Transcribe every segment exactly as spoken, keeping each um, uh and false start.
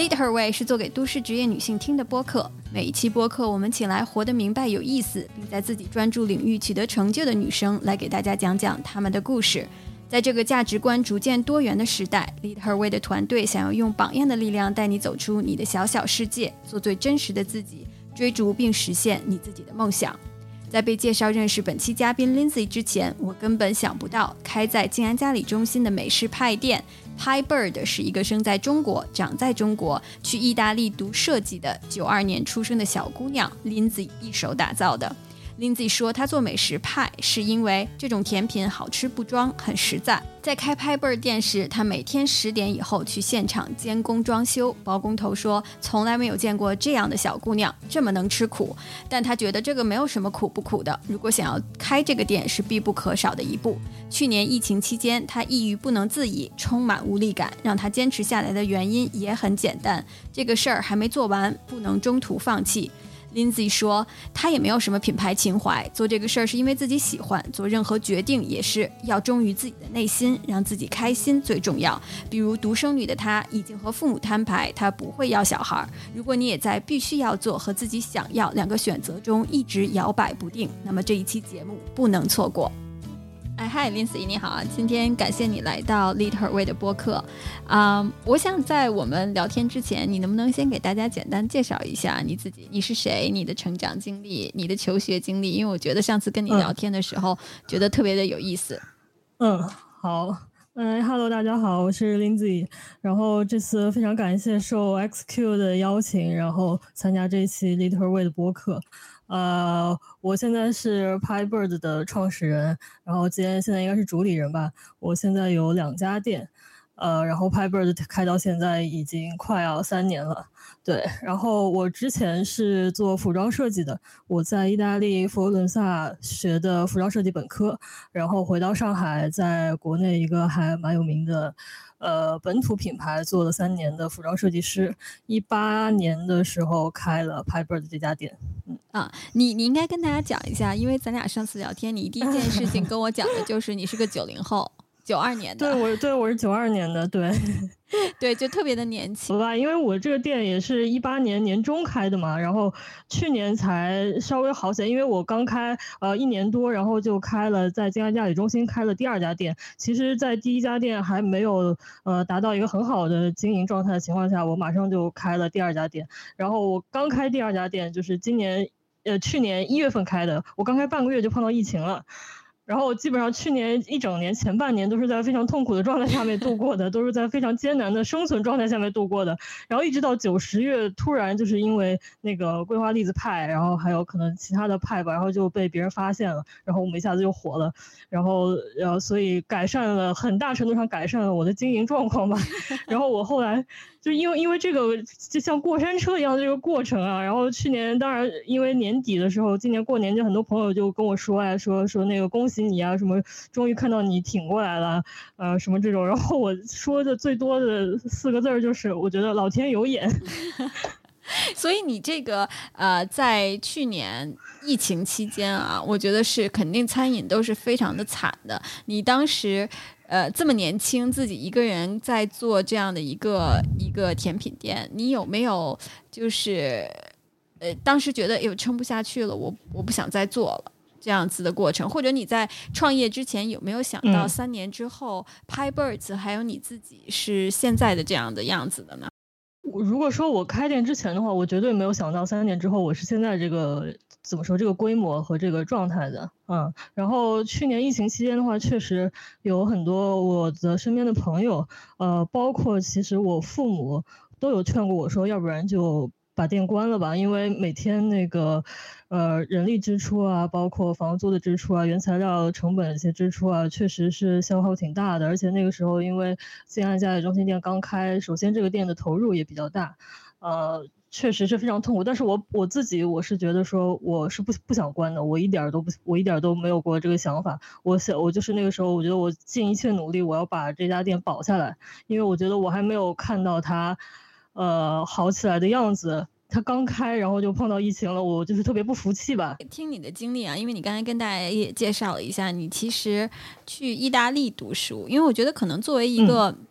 Lead Her Way 是做给都市职业女性听的播客，每一期播客我们请来活得明白有意思并在自己专注领域取得成就的女生来给大家讲讲她们的故事。在这个价值观逐渐多元的时代， Lead Her Way 的团队想要用榜样的力量带你走出你的小小世界，做最真实的自己，追逐并实现你自己的梦想。在被介绍认识本期嘉宾 Lindsay 之前，我根本想不到开在静安嘉里中心的美式派店 Pie Bird 是一个生在中国长在中国去意大利读设计的九二年出生的小姑娘 Lindsay 一手打造的。Lindsay 说她做美食派是因为这种甜品好吃不装，很实在。在开 Pie Bird 店时，她每天十点以后去现场监工装修，包工头说从来没有见过这样的小姑娘这么能吃苦，但她觉得这个没有什么苦不苦的，如果想要开这个店是必不可少的一步。去年疫情期间，她抑郁不能自已，充满无力感，让她坚持下来的原因也很简单，这个事儿还没做完，不能中途放弃。Lindsay 说她也没有什么品牌情怀，做这个事儿是因为自己喜欢，做任何决定也是要忠于自己的内心，让自己开心最重要。比如独生女的她已经和父母摊牌，她不会要小孩。如果你也在必须要做和自己想要两个选择中一直摇摆不定，那么这一期节目不能错过。哎，嗨 Lindsay 你好，今天感谢你来到 Lead Her Way 的播客。嗯，我想在我们聊天之前，你能不能先给大家简单介绍一下你自己，你是谁，你的成长经历，你的求学经历，因为我觉得上次跟你聊天的时候、嗯、觉得特别的有意思。 嗯，好。嗯 ，Hello， 大家好，我是 Lindsay。然后这次非常感谢受 X Q 的邀请，然后参加这一期 Lead Her Way 的播客。呃，我现在是 Pie Bird 的创始人，然后今天现在应该是主理人吧。我现在有两家店，呃，然后 Pie Bird 开到现在已经快要三年了。对，然后我之前是做服装设计的，我在意大利佛罗伦萨学的服装设计本科，然后回到上海，在国内一个还蛮有名的呃本土品牌做了三年的服装设计师，一八年的时候开了 Pie Bird 这家店。嗯啊，你你应该跟大家讲一下，因为咱俩上次聊天，你第一件事情跟我讲的就是你是个九零后，九二年的。 对，我对我是九二年的，对。 对，就特别的年轻吧，因为我这个店也是一八年年中开的嘛，然后去年才稍微好起来，因为我刚开呃一年多，然后就开了在静安嘉里中心开了第二家店。其实在第一家店还没有呃达到一个很好的经营状态的情况下，我马上就开了第二家店。然后我刚开第二家店就是今年呃去年一月份开的，我刚开半个月就碰到疫情了。然后基本上去年一整年前半年都是在非常痛苦的状态下面度过的，都是在非常艰难的生存状态下面度过的。然后一直到九十月，突然就是因为那个桂花栗子派，然后还有可能其他的派吧，然后就被别人发现了，然后我们一下子就火了，然后然后所以改善了很大程度上改善了我的经营状况吧。然后我后来就因为因为这个就像过山车一样的这个过程啊，然后去年当然因为年底的时候，今年过年就很多朋友就跟我说啊，说说那个恭喜你啊，什么终于看到你挺过来了，呃，什么这种。然后我说的最多的四个字就是我觉得老天有眼。 所以你这个呃，在去年疫情期间啊，我觉得是肯定餐饮都是非常的惨的。你当时呃这么年轻，自己一个人在做这样的一个一个甜品店，你有没有就是呃当时觉得哎呦撑不下去了，我我不想再做了这样子的过程？或者你在创业之前有没有想到三年之后、嗯、Pie Birds 还有你自己是现在的这样的样子的呢？ 如果说我开店之前的话，我绝对没有想到三年之后我是现在这个怎么说这个规模和这个状态的。嗯，然后去年疫情期间的话，确实有很多我的身边的朋友，呃，包括其实我父母都有劝过我说，要不然就把店关了吧，因为每天那个呃人力支出啊，包括房租的支出啊，原材料成本一些支出啊，确实是消耗挺大的。而且那个时候因为静安嘉里中心店刚开，首先这个店的投入也比较大，呃确实是非常痛苦。但是我我自己我是觉得说我是不不想关的，我一点都不我一点都没有过这个想法。我想我就是那个时候我觉得我尽一切努力我要把这家店保下来，因为我觉得我还没有看到它呃好起来的样子。他刚开然后就碰到疫情了，我就是特别不服气吧。 听你的经历啊，因为你刚才跟大家也介绍了一下你其实去意大利读书，因为我觉得可能作为一个、嗯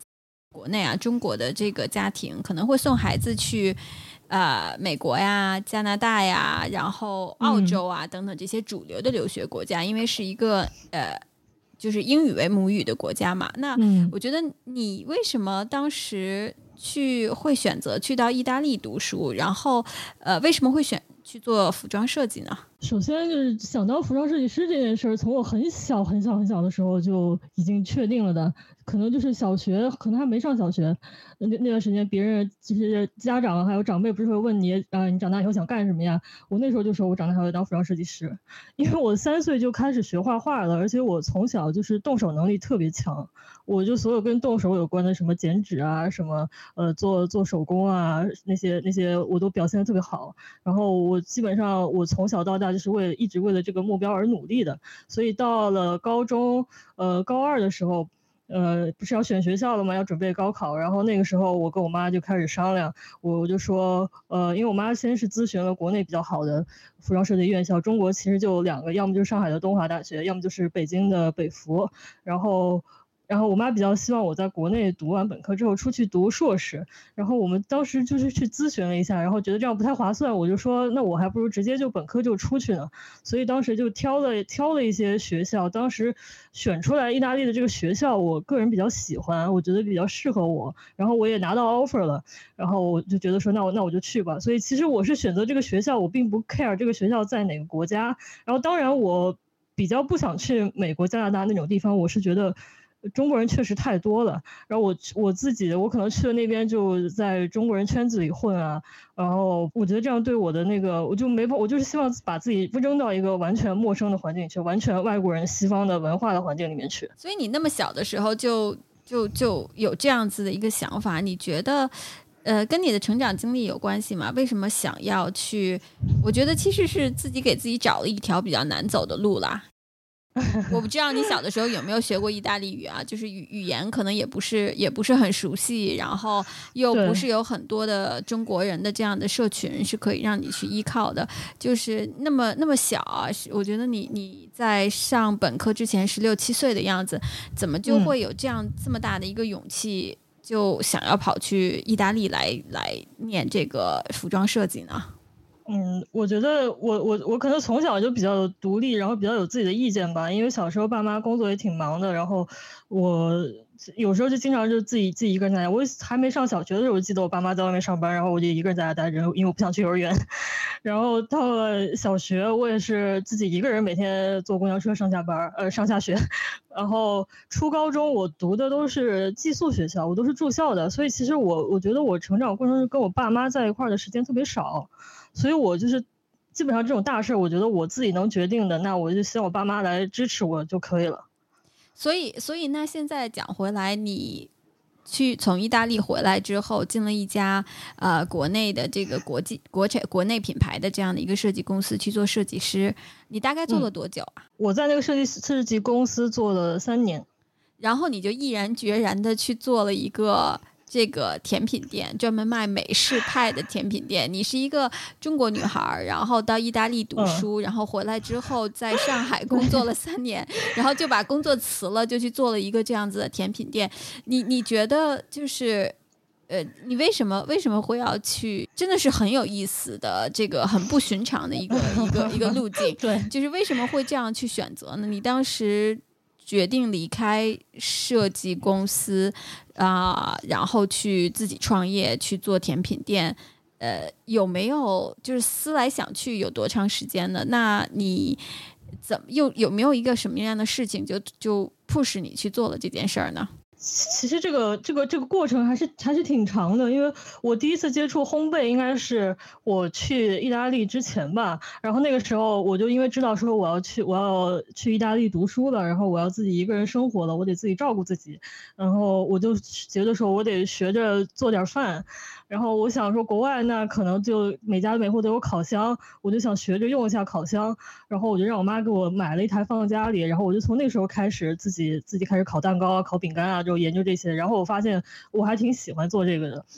国内啊，中国的这个家庭可能会送孩子去呃美国呀、加拿大呀，然后澳洲啊、嗯、等等这些主流的留学国家，因为是一个呃就是英语为母语的国家嘛。那我觉得你为什么当时去会选择去到意大利读书，然后呃为什么会选去做服装设计呢？ 首先就是想当服装设计师这件事儿，从我很小很小很小的时候就已经确定了的。可能就是小学，可能还没上小学，那那段时间，别人就是家长还有长辈不是会问你，啊、呃，你长大以后想干什么呀？我那时候就说我长大以后要当服装设计师，因为我三岁就开始学画画了，而且我从小就是动手能力特别强，我就所有跟动手有关的什么剪纸啊，什么呃做做手工啊，那些那些我都表现得特别好。然后我基本上我从小到大就是为一直为了这个目标而努力的，所以到了高中，呃高二的时候。呃，不是要选学校了吗？要准备高考，然后那个时候我跟我妈就开始商量，我就说，呃，因为我妈先是咨询了国内比较好的服装设计院校，中国其实就有两个，要么就是上海的东华大学，要么就是北京的北服，然后。然后我妈比较希望我在国内读完本科之后出去读硕士，然后我们当时就是去咨询了一下，然后觉得这样不太划算，我就说那我还不如直接就本科就出去呢，所以当时就挑了挑了一些学校，当时选出来意大利的这个学校，我个人比较喜欢，我觉得比较适合我，然后我也拿到 offer 了，然后我就觉得说那我那我就去吧，所以其实我是选择这个学校，我并不 care 这个学校在哪个国家，然后当然我比较不想去美国、加拿大那种地方，我是觉得。中国人确实太多了，然后我我自己我可能去了那边就在中国人圈子里混啊，然后我觉得这样对我的那个我就没我就是希望把自己不扔到一个完全陌生的环境去，完全外国人西方的文化的环境里面去。 所以你那么小的时候就就就有这样子的一个想法，你觉得呃跟你的成长经历有关系吗？为什么想要去？我觉得其实是自己给自己找了一条比较难走的路啦。我不知道你小的时候有没有学过意大利语啊，就是语语言可能也不是也不是很熟悉，然后又不是有很多的中国人的这样的社群是可以让你去依靠的，就是那么那么小啊，我觉得你你在上本科之前十六七岁的样子，怎么就会有这样这么大的一个勇气，就想要跑去意大利来来念这个服装设计呢？ 嗯，我觉得我我我可能从小就比较独立，然后比较有自己的意见吧。因为小时候爸妈工作也挺忙的，然后我有时候就经常就自己自己一个人在家。我还没上小学的时候，我记得我爸妈在外面上班，然后我就一个人在家待着，因为我不想去幼儿园。然后到了小学，我也是自己一个人每天坐公交车上下班，呃，上下学。然后初高中我读的都是寄宿学校，我都是住校的，所以其实我我觉得我成长过程中跟我爸妈在一块儿的时间特别少。所以我就是基本上这种大事我觉得我自己能决定的，那我就希望我爸妈来支持我就可以了。 所以所以那现在讲回来，你去从意大利回来之后进了一家呃国内的这个国际国产国内品牌的这样的一个设计公司去做设计师，你大概做了多久啊？ 嗯、我在那个设计设计公司做了三年， 然后你就毅然决然的去做了一个这个甜品店，专门卖美式派的甜品店。你是一个中国女孩，然后到意大利读书、嗯、然后回来之后在上海工作了三年然后就把工作辞了，就去做了一个这样子的甜品店。你你觉得就是呃，你为什么为什么会要去？真的是很有意思的，这个很不寻常的一个一个一个路径。 对， 就是为什么会这样去选择呢？你当时决定离开设计公司啊、呃，然后去自己创业去做甜品店，呃，有没有就是思来想去有多长时间呢？那你怎么又有没有一个什么样的事情就就迫使你去做了这件事儿呢？ 其实这个这个这个过程还是还是挺长的，因为我第一次接触烘焙应该是我去意大利之前吧，然后那个时候我就因为知道说我要去我要去意大利读书了，然后我要自己一个人生活了，我得自己照顾自己，然后我就觉得说我得学着做点饭，然后我想说国外那可能就每家每户都有烤箱，我就想学着用一下烤箱，然后我就让我妈给我买了一台放在家里，然后我就从那时候开始自己自己开始烤蛋糕啊、烤饼干啊，就研究这些，然后我发现我还挺喜欢做这个的。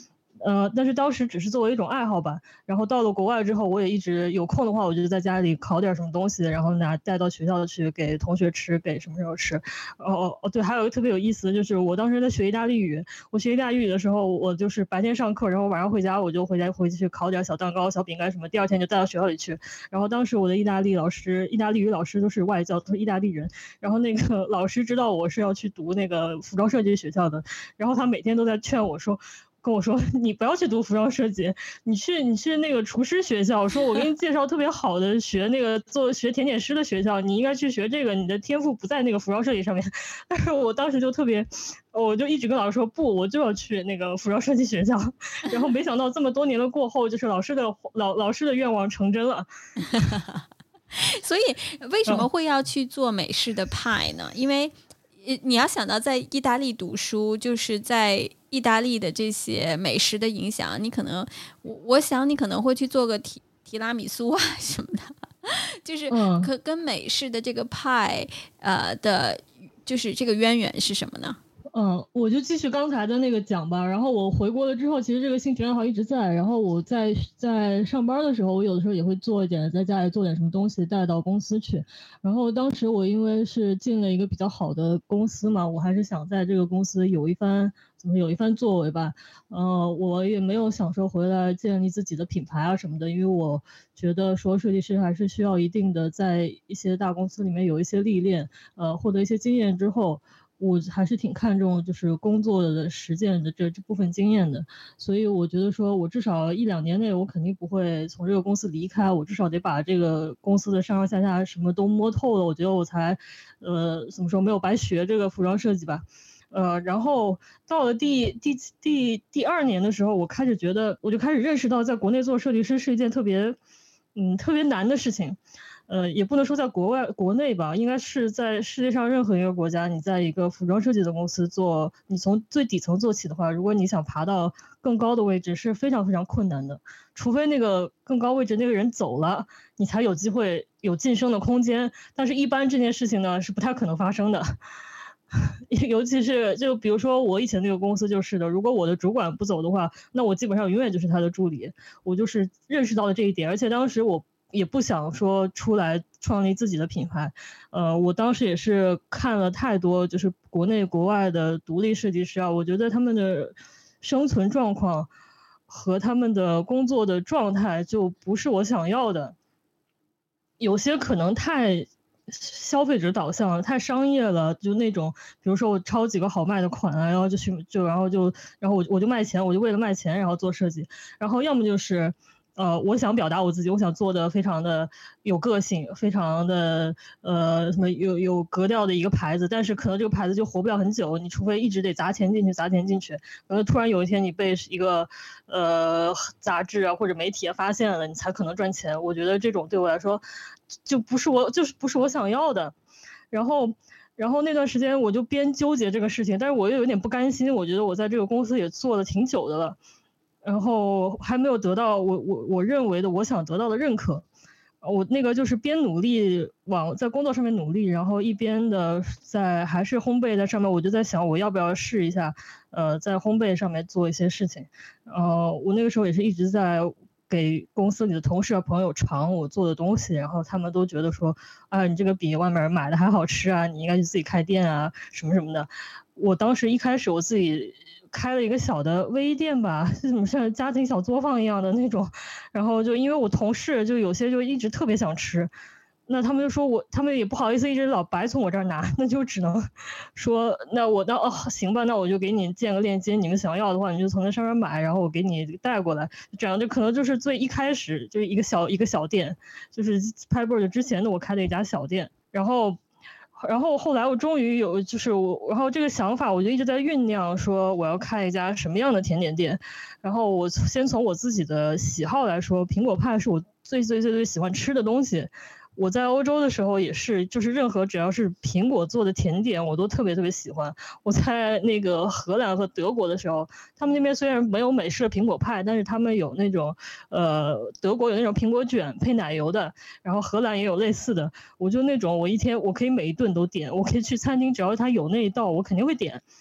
呃，但是当时只是作为一种爱好吧。然后到了国外之后，我也一直有空的话，我就在家里烤点什么东西，然后拿带到学校去给同学吃，给什么时候吃。哦哦对，还有一个特别有意思的就是，我当时在学意大利语，我学意大利语的时候，我就是白天上课，然后晚上回家，我就回家回去烤点小蛋糕、小饼干什么，第二天就带到学校里去。然后当时我的意大利老师，意大利语老师都是外教，都是意大利人。然后那个老师知道我是要去读那个服装设计学校的，然后他每天都在劝我说。跟我说你不要去读服装设计，你去你去那个厨师学校，说我给你介绍特别好的学那个做学甜点师的学校，你应该去学这个，你的天赋不在那个服装设计上面。但是我当时就特别，我就一直跟老师说不，我就要去那个服装设计学校。然后没想到这么多年的过后，就是老师的老老师的愿望成真了。 所以为什么会要去做美式的派呢？因为你要想到在意大利读书，就是在意大利的这些美食的影响，你可能 我, 我想你可能会去做个提提拉米苏啊什么的，就是可跟美式的这个派呃的就是这个渊源是什么呢？ 嗯，我就继续刚才的那个讲吧。然后我回国了之后，其实这个兴趣爱好一直在。然后我在在上班的时候，我有的时候也会做一点，在家里做点什么东西带到公司去。然后当时我因为是进了一个比较好的公司嘛，我还是想在这个公司有一番怎么有一番作为吧。呃，我也没有想说回来建立自己的品牌啊什么的，因为我觉得说设计师还是需要一定的在一些大公司里面有一些历练，呃，获得一些经验之后。我还是挺看重就是工作的实践的这这部分经验的，所以我觉得说我至少一两年内我肯定不会从这个公司离开，我至少得把这个公司的上上下下什么都摸透了，我觉得我才呃怎么说没有白学这个服装设计吧。呃，然后到了第第第第二年的时候，我开始觉得我就开始认识到在国内做设计师是一件特别嗯特别难的事情。呃，也不能说在国外国内吧，应该是在世界上任何一个国家，你在一个服装设计的公司做，你从最底层做起的话，如果你想爬到更高的位置是非常非常困难的，除非那个更高位置那个人走了，你才有机会有晋升的空间，但是一般这件事情呢是不太可能发生的。尤其是就比如说我以前那个公司就是的，如果我的主管不走的话，那我基本上永远就是他的助理。我就是认识到了这一点，而且当时我也不想说出来创立自己的品牌。呃，我当时也是看了太多就是国内国外的独立设计师啊，我觉得他们的生存状况和他们的工作的状态就不是我想要的，有些可能太消费者导向了，太商业了，就那种比如说我抄几个好卖的款啊，然后就去就然后就然后我我就卖钱，我就为了卖钱然后做设计，然后要么就是呃，我想表达我自己，我想做的非常的有个性，非常的呃什么有有格调的一个牌子，但是可能这个牌子就活不了很久，你除非一直得砸钱进去，砸钱进去，然后突然有一天你被一个呃杂志啊或者媒体啊发现了，你才可能赚钱。我觉得这种对我来说就不是我就是不是我想要的。然后然后那段时间我就边纠结这个事情，但是我又有点不甘心，我觉得我在这个公司也做了挺久的了。然后还没有得到我我我认为的我想得到的认可，我那个就是边努力往在工作上面努力，然后一边的在还是烘焙在上面，我就在想我要不要试一下，呃，在烘焙上面做一些事情。呃，我那个时候也是一直在给公司里的同事啊朋友尝我做的东西，然后他们都觉得说，啊，你这个比外面买的还好吃啊，你应该去自己开店啊，什么什么的。我当时一开始我自己开了一个小的微店吧，就怎么像家庭小作坊一样的那种，然后就因为我同事就有些就一直特别想吃，那他们就说我他们也不好意思一直老白从我这儿拿，那就只能说那我那哦行吧，那我就给你建个链接，你们想要的话你就从那上面买，然后我给你带过来，这样就可能就是最一开始就是一个小一个小店，就是拍波就之前的我开的一家小店，然后然后后来我终于有就是我然后这个想法我就一直在酝酿，说我要开一家什么样的甜点店。然后我先从我自己的喜好来说，苹果派是我最最最最喜欢吃的东西。我在欧洲的时候也是，就是任何只要是苹果做的甜点我都特别特别喜欢。我在那个荷兰和德国的时候，他们那边虽然没有美式的苹果派，但是他们有那种呃德国有那种苹果卷配奶油的，然后荷兰也有类似的。我就那种我一天我可以每一顿都点，我可以去餐厅只要他有那一道我肯定会点。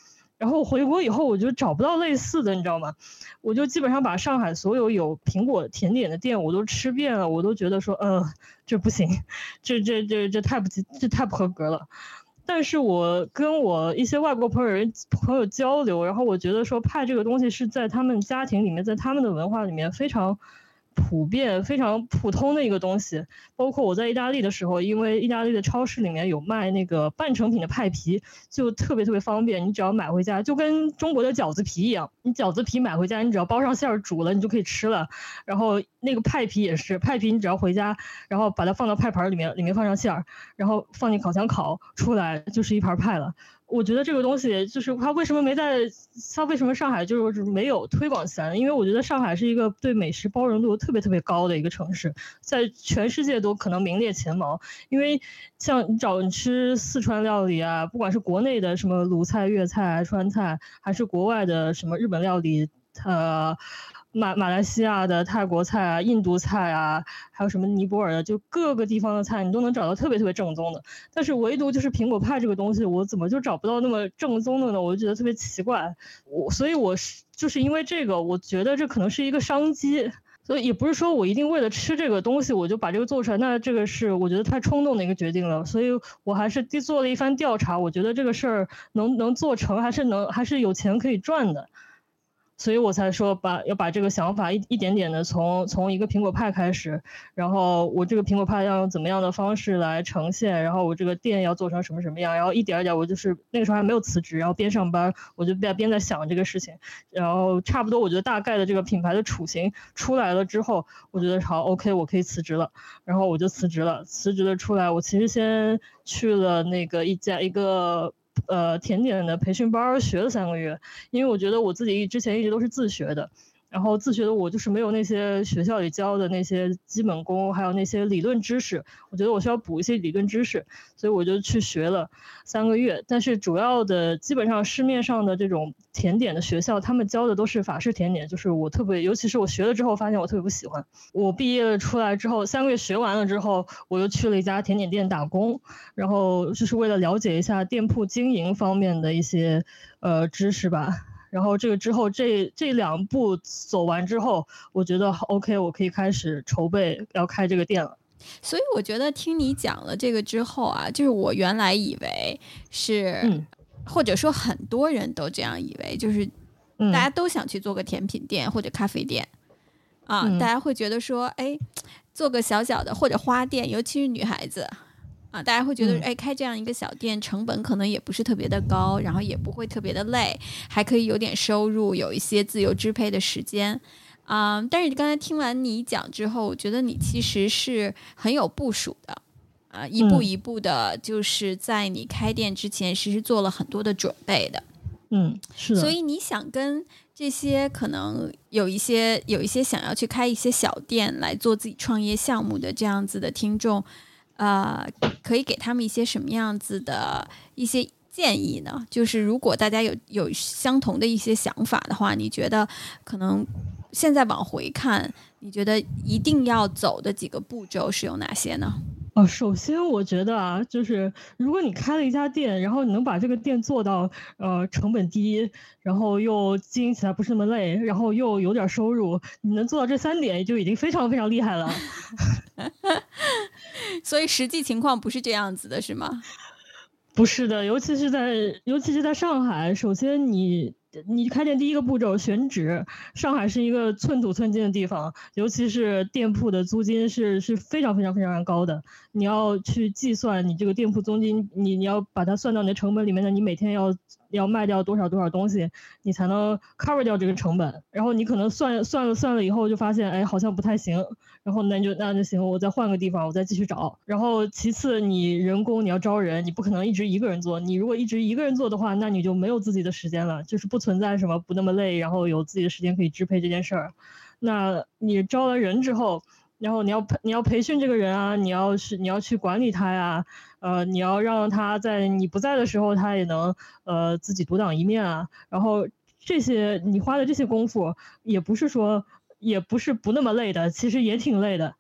然后回国以后我就找不到类似的，你知道吗？我就基本上把上海所有有苹果甜点的店我都吃遍了，我都觉得说呃这不行，这这这这太不这太不合格了。但是我跟我一些外国朋友朋友交流，然后我觉得说派这个东西是在他们家庭里面，在他们的文化里面非常普遍非常普通的一个东西。包括我在意大利的时候，因为意大利的超市里面有卖那个半成品的派皮，就特别特别方便，你只要买回家就跟中国的饺子皮一样，你饺子皮买回家你只要包上馅儿煮了你就可以吃了。然后那个派皮也是，派皮你只要回家然后把它放到派盘里面，里面放上馅儿，然后放进烤箱烤出来就是一盘派了。我觉得这个东西就是它为什么没在它为什么上海就是没有推广起来，因为我觉得上海是一个对美食包容度特别特别高的一个城市，在全世界都可能名列前茅。因为像你找你吃四川料理啊，不管是国内的什么鲁菜粤菜川菜，还是国外的什么日本料理，呃马马来西亚的泰国菜啊，印度菜啊，还有什么尼泊尔的，就各个地方的菜你都能找到特别特别正宗的。但是唯独就是苹果派这个东西我怎么就找不到那么正宗的呢？我就觉得特别奇怪。我所以我是就是因为这个我觉得这可能是一个商机，所以也不是说我一定为了吃这个东西我就把这个做出来，那这个是我觉得太冲动的一个决定了。所以我还是做了一番调查，我觉得这个事儿能能做成，还是能还是有钱可以赚的。所以我才说把要把这个想法一一点点的从从一个苹果派开始，然后我这个苹果派要用怎么样的方式来呈现，然后我这个店要做成什么什么样，然后一点一点我就是那个时候还没有辞职，然后边上班我就边边在想这个事情，然后差不多我觉得大概的这个品牌的雏形出来了之后，我觉得好 OK 我可以辞职了，然后我就辞职了。辞职了出来，我其实先去了那个一家一个呃甜点的培训班学了三个月，因为我觉得我自己之前一直都是自学的，然后自学的我就是没有那些学校里教的那些基本功，还有那些理论知识，我觉得我需要补一些理论知识，所以我就去学了三个月。但是主要的基本上市面上的这种甜点的学校，他们教的都是法式甜点，就是我特别，尤其是我学了之后发现我特别不喜欢。我毕业了出来之后，三个月学完了之后，我又去了一家甜点店打工，然后就是为了了解一下店铺经营方面的一些呃知识吧。然后这个之后这这两步走完之后，我觉得 OK 我可以开始筹备要开这个店了。 所以我觉得听你讲了这个之后啊，就是我原来以为是、嗯、或者说很多人都这样以为，就是大家都想去做个甜品店或者咖啡店、嗯、啊、嗯，大家会觉得说哎，做个小小的或者花店，尤其是女孩子啊，大家会觉得、嗯、哎，开这样一个小店成本可能也不是特别的高，然后也不会特别的累，还可以有点收入，有一些自由支配的时间啊、嗯。但是刚才听完你讲之后，我觉得你其实是很有部署的啊，一步一步的，就是在你开店之前其实做了很多的准备的。 嗯，是的。 所以你想跟这些可能有一些有一些想要去开一些小店来做自己创业项目的这样子的听众，呃，可以给他们一些什么样子的一些建议呢？就是如果大家有有相同的一些想法的话，你觉得可能现在往回看，你觉得一定要走的几个步骤是有哪些呢？ 哦，首先我觉得啊，就是如果你开了一家店，然后你能把这个店做到呃成本低，然后又经营起来不是那么累，然后又有点收入，你能做到这三点就已经非常非常厉害了。 所以实际情况不是这样子的，是吗？ 不是的，尤其是在尤其是在上海，首先你你开店第一个步骤选址，上海是一个寸土寸金的地方，尤其是店铺的租金是是非常非常非常高的，你要去计算你这个店铺租金，你你要把它算到你的成本里面的，你每天要要卖掉多少多少东西，你才能 cover 掉这个成本。然后你可能算算了算了以后就发现，哎，好像不太行，然后那就那就行，我再换个地方，我再继续找。然后其次，你人工你要招人，你不可能一直一个人做，你如果一直一个人做的话，那你就没有自己的时间了，就是不存在什么不那么累，然后有自己的时间可以支配这件事儿。那你招了人之后，然后你要你要培训这个人啊，你要是你要去管理他呀，呃，你要让他在你不在的时候，他也能呃自己独当一面啊。然后这些你花的这些功夫，也不是说也不是不那么累的，其实也挺累的。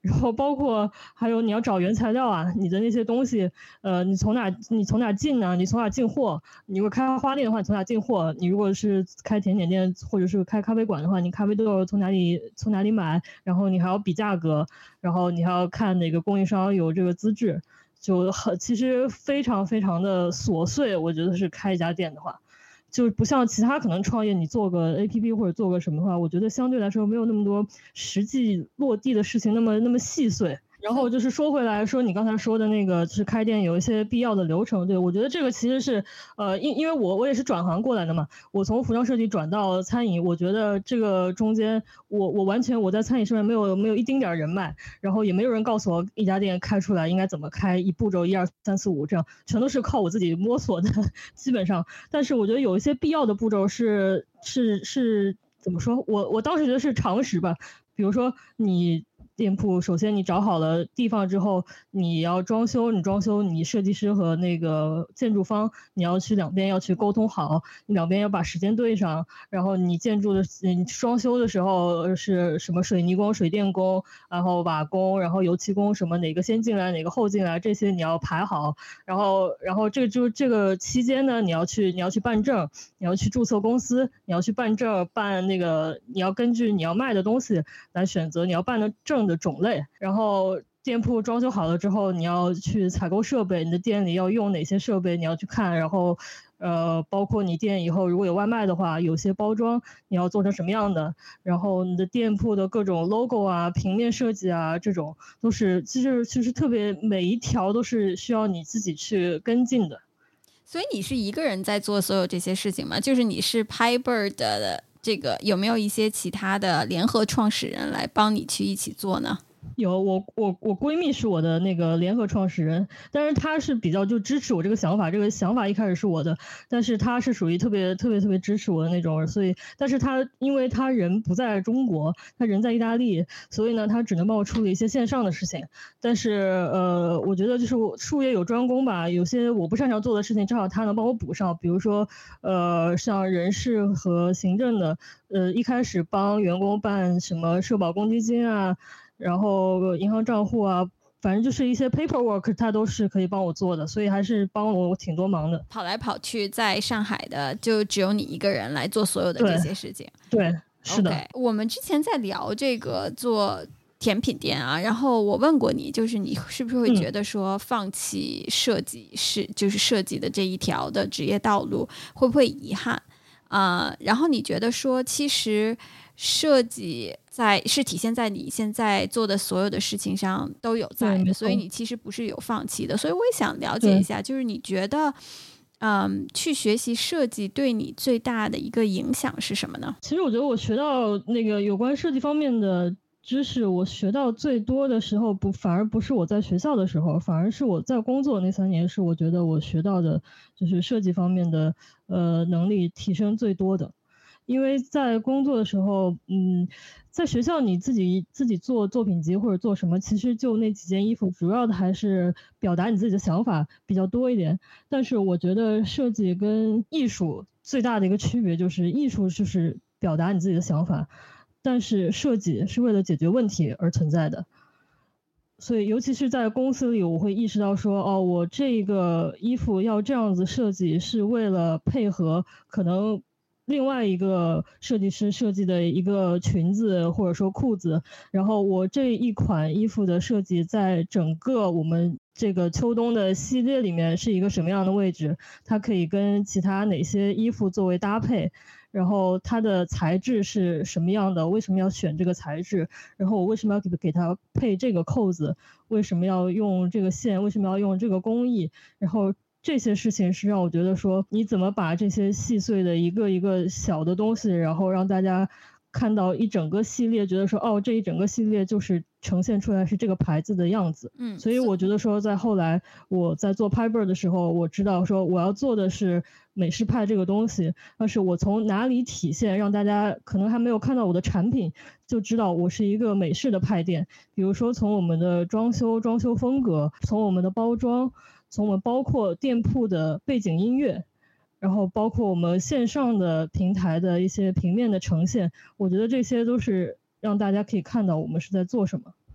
然后包括还有你要找原材料啊，你的那些东西，呃，你从哪你从哪进呢？你从哪进货？你如果开花店的话，你从哪进货？你如果是开甜点店或者是开咖啡馆的话，你咖啡豆从哪里从哪里买？然后你还要比价格，然后你还要看哪个供应商有这个资质，就很其实非常非常的琐碎。我觉得是开一家店的话。就不像其他可能创业你做个 A P P 或者做个什么的话，我觉得相对来说没有那么多实际落地的事情那么那么细碎。然后就是说回来说你刚才说的那个就是开店有一些必要的流程，对，我觉得这个其实是呃因因为我我也是转行过来的嘛，我从服装设计转到餐饮，我觉得这个中间我我完全我在餐饮上面没有没有一丁点人脉，然后也没有人告诉我一家店开出来应该怎么开，一步骤一二三四五这样，全都是靠我自己摸索的基本上。但是我觉得有一些必要的步骤是是是怎么说，我我当时觉得是常识吧，比如说你店铺首先你找好了地方之后，你要装修，你装修你设计师和那个建筑方你要去两边要去沟通好，你两边要把时间对上，然后你建筑的你装修的时候是什么水泥工水电工，然后瓦工，然后油漆工什么哪个先进来哪个后进来，这些你要排好，然后然后这个就这个期间呢，你要去你要去办证，你要去注册公司，你要去办证办那个你要根据你要卖的东西来选择你要办的证的种类，然后店铺装修好了之后，你要去采购设备，你的店里要用哪些设备，你要去看，然后呃，包括你店以后如果有外卖的话，有些包装你要做成什么样的，然后你的店铺的各种 logo 啊、平面设计啊，这种都是其实其实特别每一条都是需要你自己去跟进的。 所以你是一个人在做所有这些事情吗？就是你是 PieBird 的这个有没有一些其他的联合创始人来帮你去一起做呢？ 有，我我我闺蜜是我的那个联合创始人，但是她是比较就支持我这个想法，这个想法一开始是我的，但是她是属于特别特别特别支持我的那种，所以但是她因为她人不在中国，她人在意大利，所以呢她只能帮我处理一些线上的事情，但是呃我觉得就是术业有专攻吧，有些我不擅长做的事情正好她能帮我补上，比如说呃像人事和行政的，呃一开始帮员工办什么社保公积金啊，然后银行账户啊，反正就是一些 paperwork 他都是可以帮我做的，所以还是帮我挺多忙的。 跑来跑去在上海的就只有你一个人来做所有的这些事情。 对，对是的。 Okay, 我们之前在聊这个做甜品店啊，然后我问过你，就是你是不是会觉得说放弃设计是、嗯、就是设计的这一条的职业道路会不会遗憾啊、呃？然后你觉得说其实设计在是体现在你现在做的所有的事情上都有在的，所以你其实不是有放弃的。所以我也想了解一下，就是你觉得嗯，去学习设计对你最大的一个影响是什么呢？ 其实我觉得我学到那个有关设计方面的知识，我学到最多的时候不反而不是我在学校的时候，反而是我在工作那三年是我觉得我学到的就是设计方面的呃能力提升最多的。因为在工作的时候，嗯，在学校你自己自己做作品集或者做什么，其实就那几件衣服，主要的还是表达你自己的想法比较多一点。但是我觉得设计跟艺术最大的一个区别就是，艺术就是表达你自己的想法，但是设计是为了解决问题而存在的。所以尤其是在公司里，我会意识到说，哦，我这个衣服要这样子设计是为了配合可能另外一个设计师设计的一个裙子或者说裤子，然后我这一款衣服的设计在整个我们这个秋冬的系列里面是一个什么样的位置，它可以跟其他哪些衣服作为搭配，然后它的材质是什么样的，为什么要选这个材质，然后我为什么要给给它配这个扣子，为什么要用这个线，为什么要用这个工艺，然后这些事情是让我觉得说你怎么把这些细碎的一个一个小的东西，然后让大家看到一整个系列，觉得说哦，这一整个系列就是呈现出来是这个牌子的样子。嗯，所以我觉得说在后来我在做 PieBird 的时候，我知道说我要做的是美式派这个东西，但是我从哪里体现，让大家可能还没有看到我的产品就知道我是一个美式的派店。比如说从我们的装修装修风格，从我们的包装，从我们包括店铺的背景音乐，然后包括我们线上的平台的一些平面的呈现，我觉得这些都是让大家可以看到我们是在做什么。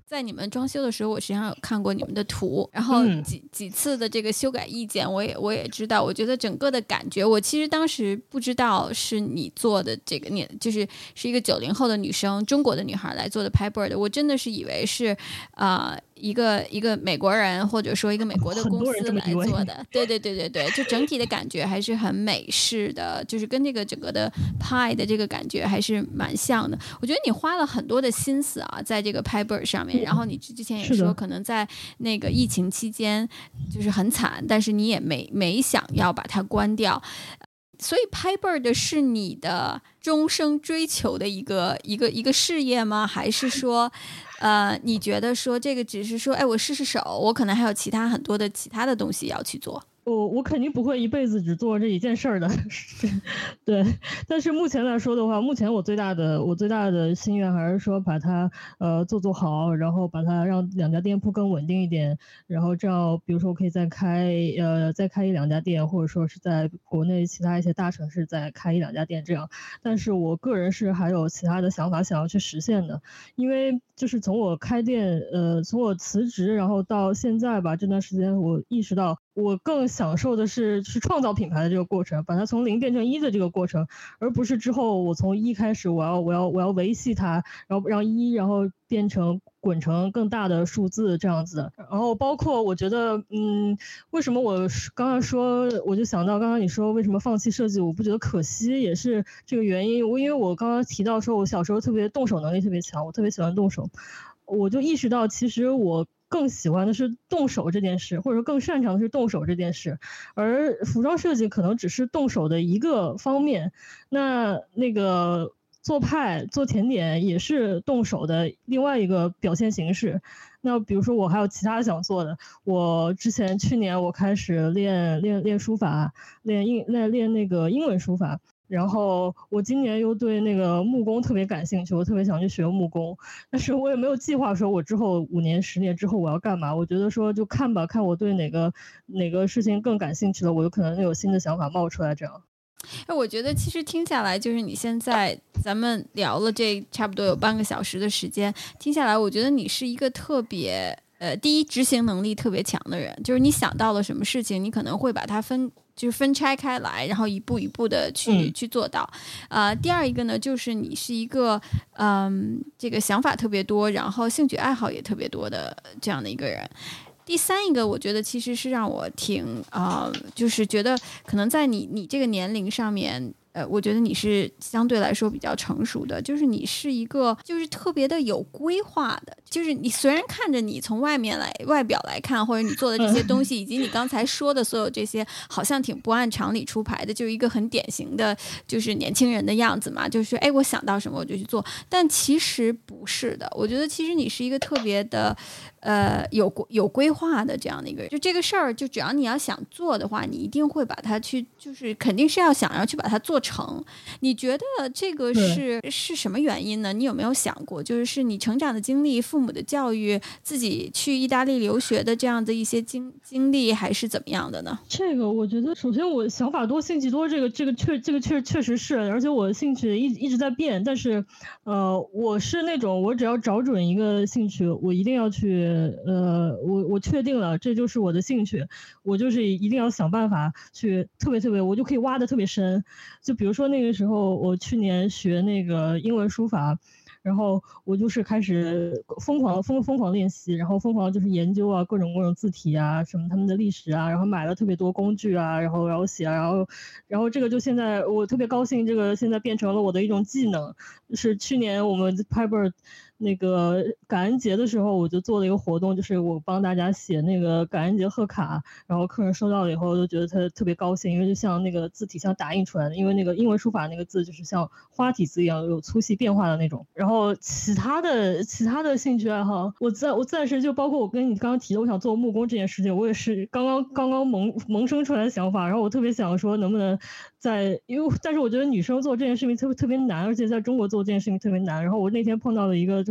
在你们装修的时候，我实际上有看过你们的图，然后几、嗯、几次的这个修改意见，我也我也知道。我觉得整个的感觉，我其实当时不知道是你做的这个，你就是是一个九零后的女生，中国的女孩来做的 Piper 我真的是以为是啊。呃一个一个美国人或者说一个美国的公司来做的，对对对对对，就整体的感觉还是很美式的，就是跟这个整个的派的这个感觉还是蛮像的。我觉得你花了很多的心思啊，在这个 Piper 上面，然后你之前也说可能在那个疫情期间就是很惨，但是你也没没想要把它关掉。所以 Piper 的是你的终生追求的一个一个一个事业吗？还是说呃，你觉得说这个只是说哎我试试手，我可能还有其他很多的其他的东西要去做？ 我我肯定不会一辈子只做这一件事儿的，对。但是目前来说的话，目前我最大的我最大的心愿还是说把它呃做做好，然后把它让两家店铺更稳定一点，然后这样比如说我可以再开呃再开一两家店，或者说是在国内其他一些大城市再开一两家店这样。但是我个人是还有其他的想法想要去实现的，因为就是从我开店呃从我辞职然后到现在吧，这段时间我意识到我更享受的是是创造品牌的这个过程，把它从零变成一的这个过程，而不是之后我从一开始我要我要我要维系它，然后让一然后变成滚成更大的数字这样子的。然后包括我觉得嗯为什么我刚刚说我就想到刚刚你说为什么放弃设计我不觉得可惜，也是这个原因。我因为我刚刚提到说我小时候特别动手能力特别强，我特别喜欢动手，我就意识到其实我更喜欢的是动手这件事，或者说更擅长的是动手这件事，而服装设计可能只是动手的一个方面。那那个做派做甜点也是动手的另外一个表现形式。那比如说我还有其他想做的，我之前去年我开始练练练书法，练英练练那个英文书法，然后我今年又对那个木工特别感兴趣，我特别想去学木工，但是我也没有计划说我之后五年十年之后我要干嘛。我觉得说就看吧，看我对哪个哪个事情更感兴趣了，我有可能有新的想法冒出来这样。 哎，我觉得其实听下来，就是你现在咱们聊了这差不多有半个小时的时间，听下来，我觉得你是一个特别呃，第一执行能力特别强的人，就是你想到了什么事情，你可能会把它分就是分拆开来，然后一步一步的去、嗯、去做到。呃，第二一个呢，就是你是一个嗯，这个想法特别多，然后兴趣爱好也特别多的这样的一个人。第三一个，我觉得其实是让我挺啊、呃，就是觉得可能在你你这个年龄上面，呃，我觉得你是相对来说比较成熟的，就是你是一个就是特别的有规划的，就是你虽然看着你从外面来外表来看，或者你做的这些东西，以及你刚才说的所有这些，好像挺不按常理出牌的，就是一个很典型的就是年轻人的样子嘛，就是哎我想到什么我就去做，但其实不是的，我觉得其实你是一个特别的。呃，有有规划的这样的一个人，就这个事儿，就只要你要想做的话，你一定会把它去，就是肯定是要想要去把它做成。你觉得这个是是什么原因呢？你有没有想过，就是是你成长的经历、父母的教育、自己去意大利留学的这样的一些经经历，还是怎么样的呢？ 这个我觉得，首先我想法多、兴趣多，这个这个确这个确确实是，而且我的兴趣一一直在变。但是，呃，我是那种我只要找准一个兴趣，我一定要去。呃，我我确定了，这就是我的兴趣，我就是一定要想办法去特别特别，我就可以挖得特别深。就比如说那个时候，我去年学那个英文书法，然后我就是开始疯狂疯疯狂练习，然后疯狂就是研究啊各种各种字体啊，什么他们的历史啊，然后买了特别多工具啊，然后然后写啊，然后然后这个就现在我特别高兴，这个现在变成了我的一种技能。是去年我们 Piper那个感恩节的时候，我就做了一个活动，就是我帮大家写那个感恩节贺卡，然后客人收到了以后就觉得他特别高兴，因为就像那个字体像打印出来的，因为那个英文书法那个字就是像花体字一样有粗细变化的那种。然后其他的其他的兴趣爱好，我暂我暂时就包括我跟你刚刚提的我想做木工这件事情，我也是刚刚刚刚萌萌生出来的想法，然后我特别想说能不能在，因为但是我觉得女生做这件事情特别特别难，而且在中国做这件事情特别难。然后我那天碰到了一个就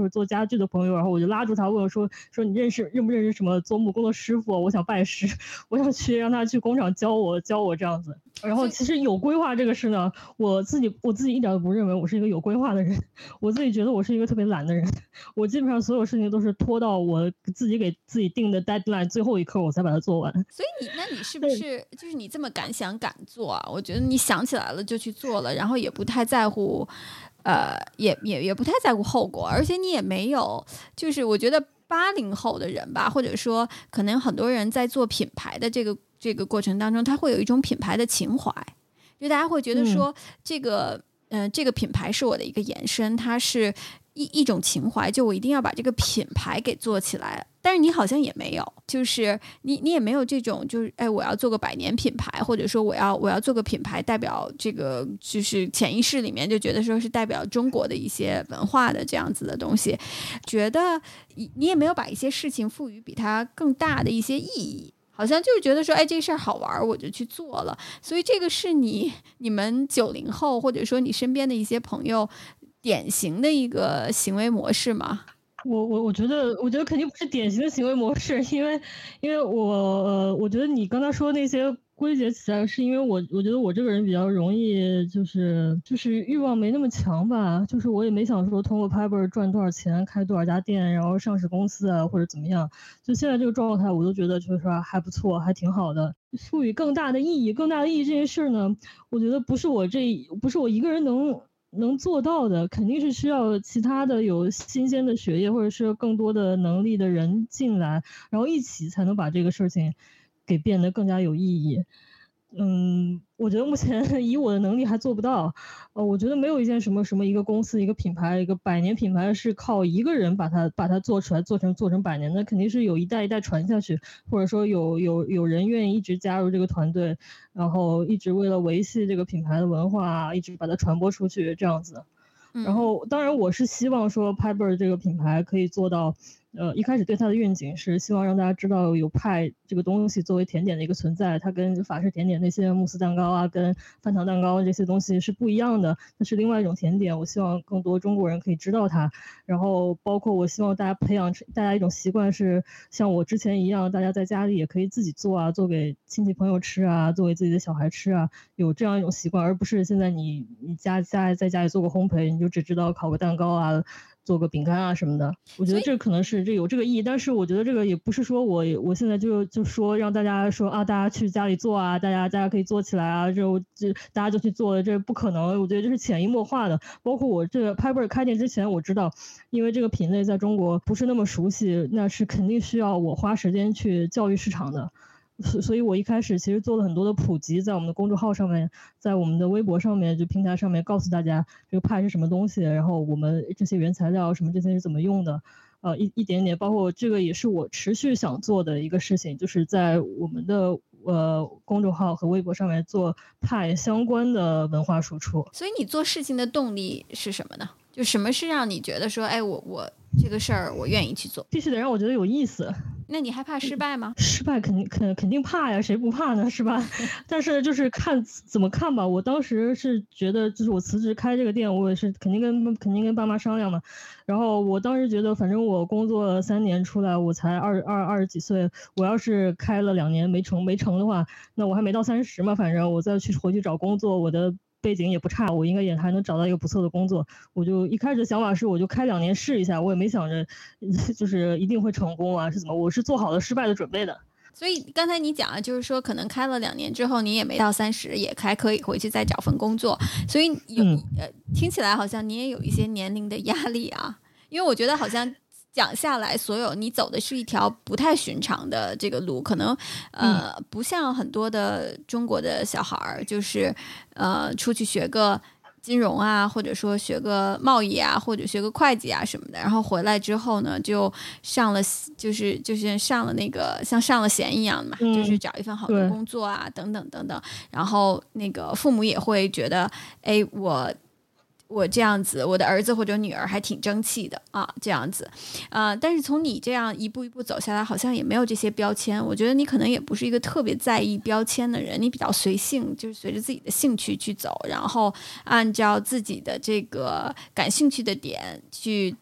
就是做家具的朋友，然后我就拉住他问我说说你认识认不认识什么做木工的师傅，我想拜师，我想去让他去工厂教我教我这样子。然后其实有规划这个事呢，我自己我自己一点都不认为我是一个有规划的人，我自己觉得我是一个特别懒的人，我基本上所有事情都是拖到我自己给自己定的 deadline 最后一刻我才把它做完。 所以你那你是不是就是你这么敢想敢做啊？我觉得你想起来了就去做了，然后也不太在乎呃也也也不太在乎后果，而且你也没有就是我觉得八零后的人吧，或者说可能很多人在做品牌的这个这个过程当中，他会有一种品牌的情怀，就大家会觉得说、嗯、这个呃这个品牌是我的一个延伸，它是一一种情怀，就我一定要把这个品牌给做起来。但是你好像也没有，就是你你也没有这种就是哎我要做个百年品牌，或者说我要我要做个品牌代表这个就是潜意识里面就觉得说是代表中国的一些文化的这样子的东西，觉得你也没有把一些事情赋予比它更大的一些意义，好像就是觉得说哎这事儿好玩我就去做了。所以这个是你你们九零后或者说你身边的一些朋友典型的一个行为模式吗？ 我我我觉得，我觉得肯定不是典型的行为模式，因为，因为我呃，我觉得你刚才说那些归结起来，是因为我我觉得我这个人比较容易，就是就是欲望没那么强吧，就是我也没想说通过 Piper 赚多少钱，开多少家店，然后上市公司啊或者怎么样，就现在这个状态，我都觉得就是说还不错，还挺好的。赋予更大的意义，更大的意义这件事呢，我觉得不是我这不是我一个人能。能做到的肯定是需要其他的有新鲜的血液或者是更多的能力的人进来，然后一起才能把这个事情给变得更加有意义。嗯，我觉得目前以我的能力还做不到。呃，我觉得没有一件什么什么一个公司、一个品牌、一个百年品牌是靠一个人把它把它做出来、做成做成百年的，肯定是有一代一代传下去，或者说有有有人愿意一直加入这个团队，然后一直为了维系这个品牌的文化，一直把它传播出去这样子。然后当然我是希望说 Piper 这个品牌可以做到呃，一开始对它的愿景是希望让大家知道有派这个东西作为甜点的一个存在，它跟法式甜点那些慕斯蛋糕啊跟翻糖蛋糕这些东西是不一样的，那是另外一种甜点，我希望更多中国人可以知道它。然后包括我希望大家培养大家一种习惯是像我之前一样，大家在家里也可以自己做啊，做给亲戚朋友吃啊，做给自己的小孩吃啊，有这样一种习惯，而不是现在你你家家在家里做个烘焙，你就只知道烤个蛋糕啊做个饼干啊什么的。我觉得这可能是这有这个意义，但是我觉得这个也不是说我我现在就就说让大家说啊大家去家里做啊，大家大家可以做起来啊，这这大家就去做，这不可能，我觉得这是潜移默化的。包括我这个 Piper 开店之前我知道，因为这个品类在中国不是那么熟悉，那是肯定需要我花时间去教育市场的。所以我一开始其实做了很多的普及，在我们的公众号上面，在我们的微博上面，就平台上面告诉大家这个派是什么东西，然后我们这些原材料什么这些是怎么用的，呃一一点点，包括这个也是我持续想做的一个事情，就是在我们的呃公众号和微博上面做派相关的文化输出。 所以你做事情的动力是什么呢？就什么是让你觉得说哎我我这个事儿我愿意去做？ 必须得让我觉得有意思。 那你害怕失败吗？ 失败肯定肯肯定怕呀，谁不怕呢，是吧？但是就是看怎么看吧。我当时是觉得，就是我辞职开这个店，我也是肯定跟肯定跟爸妈商量嘛。然后我当时觉得，反正我工作三年出来，我才二二二十几岁，我要是开了两年没成没成的话，那我还没到三十嘛，反正我再去回去找工作，我的背景也不差，我应该也还能找到一个不错的工作。我就一开始的想法是我就开两年试一下，我也没想着就是一定会成功啊是怎么，我是做好了失败的准备的。 所以刚才你讲的就是说可能开了两年之后你也没到三十，也还可以回去再找份工作，所以有、嗯、呃听起来好像你也有一些年龄的压力啊，因为我觉得好像讲下来所有你走的是一条不太寻常的这个路，可能呃、嗯、不像很多的中国的小孩就是呃出去学个金融啊，或者说学个贸易啊，或者学个会计啊什么的，然后回来之后呢就上了就是就是上了那个像上了弦一样嘛、嗯、就是找一份好的工作啊等等等等，然后那个父母也会觉得哎我我这样子我的儿子或者女儿还挺争气的啊这样子呃，但是从你这样一步一步走下来好像也没有这些标签，我觉得你可能也不是一个特别在意标签的人，你比较随性，就是随着自己的兴趣去走，然后按照自己的这个感兴趣的点去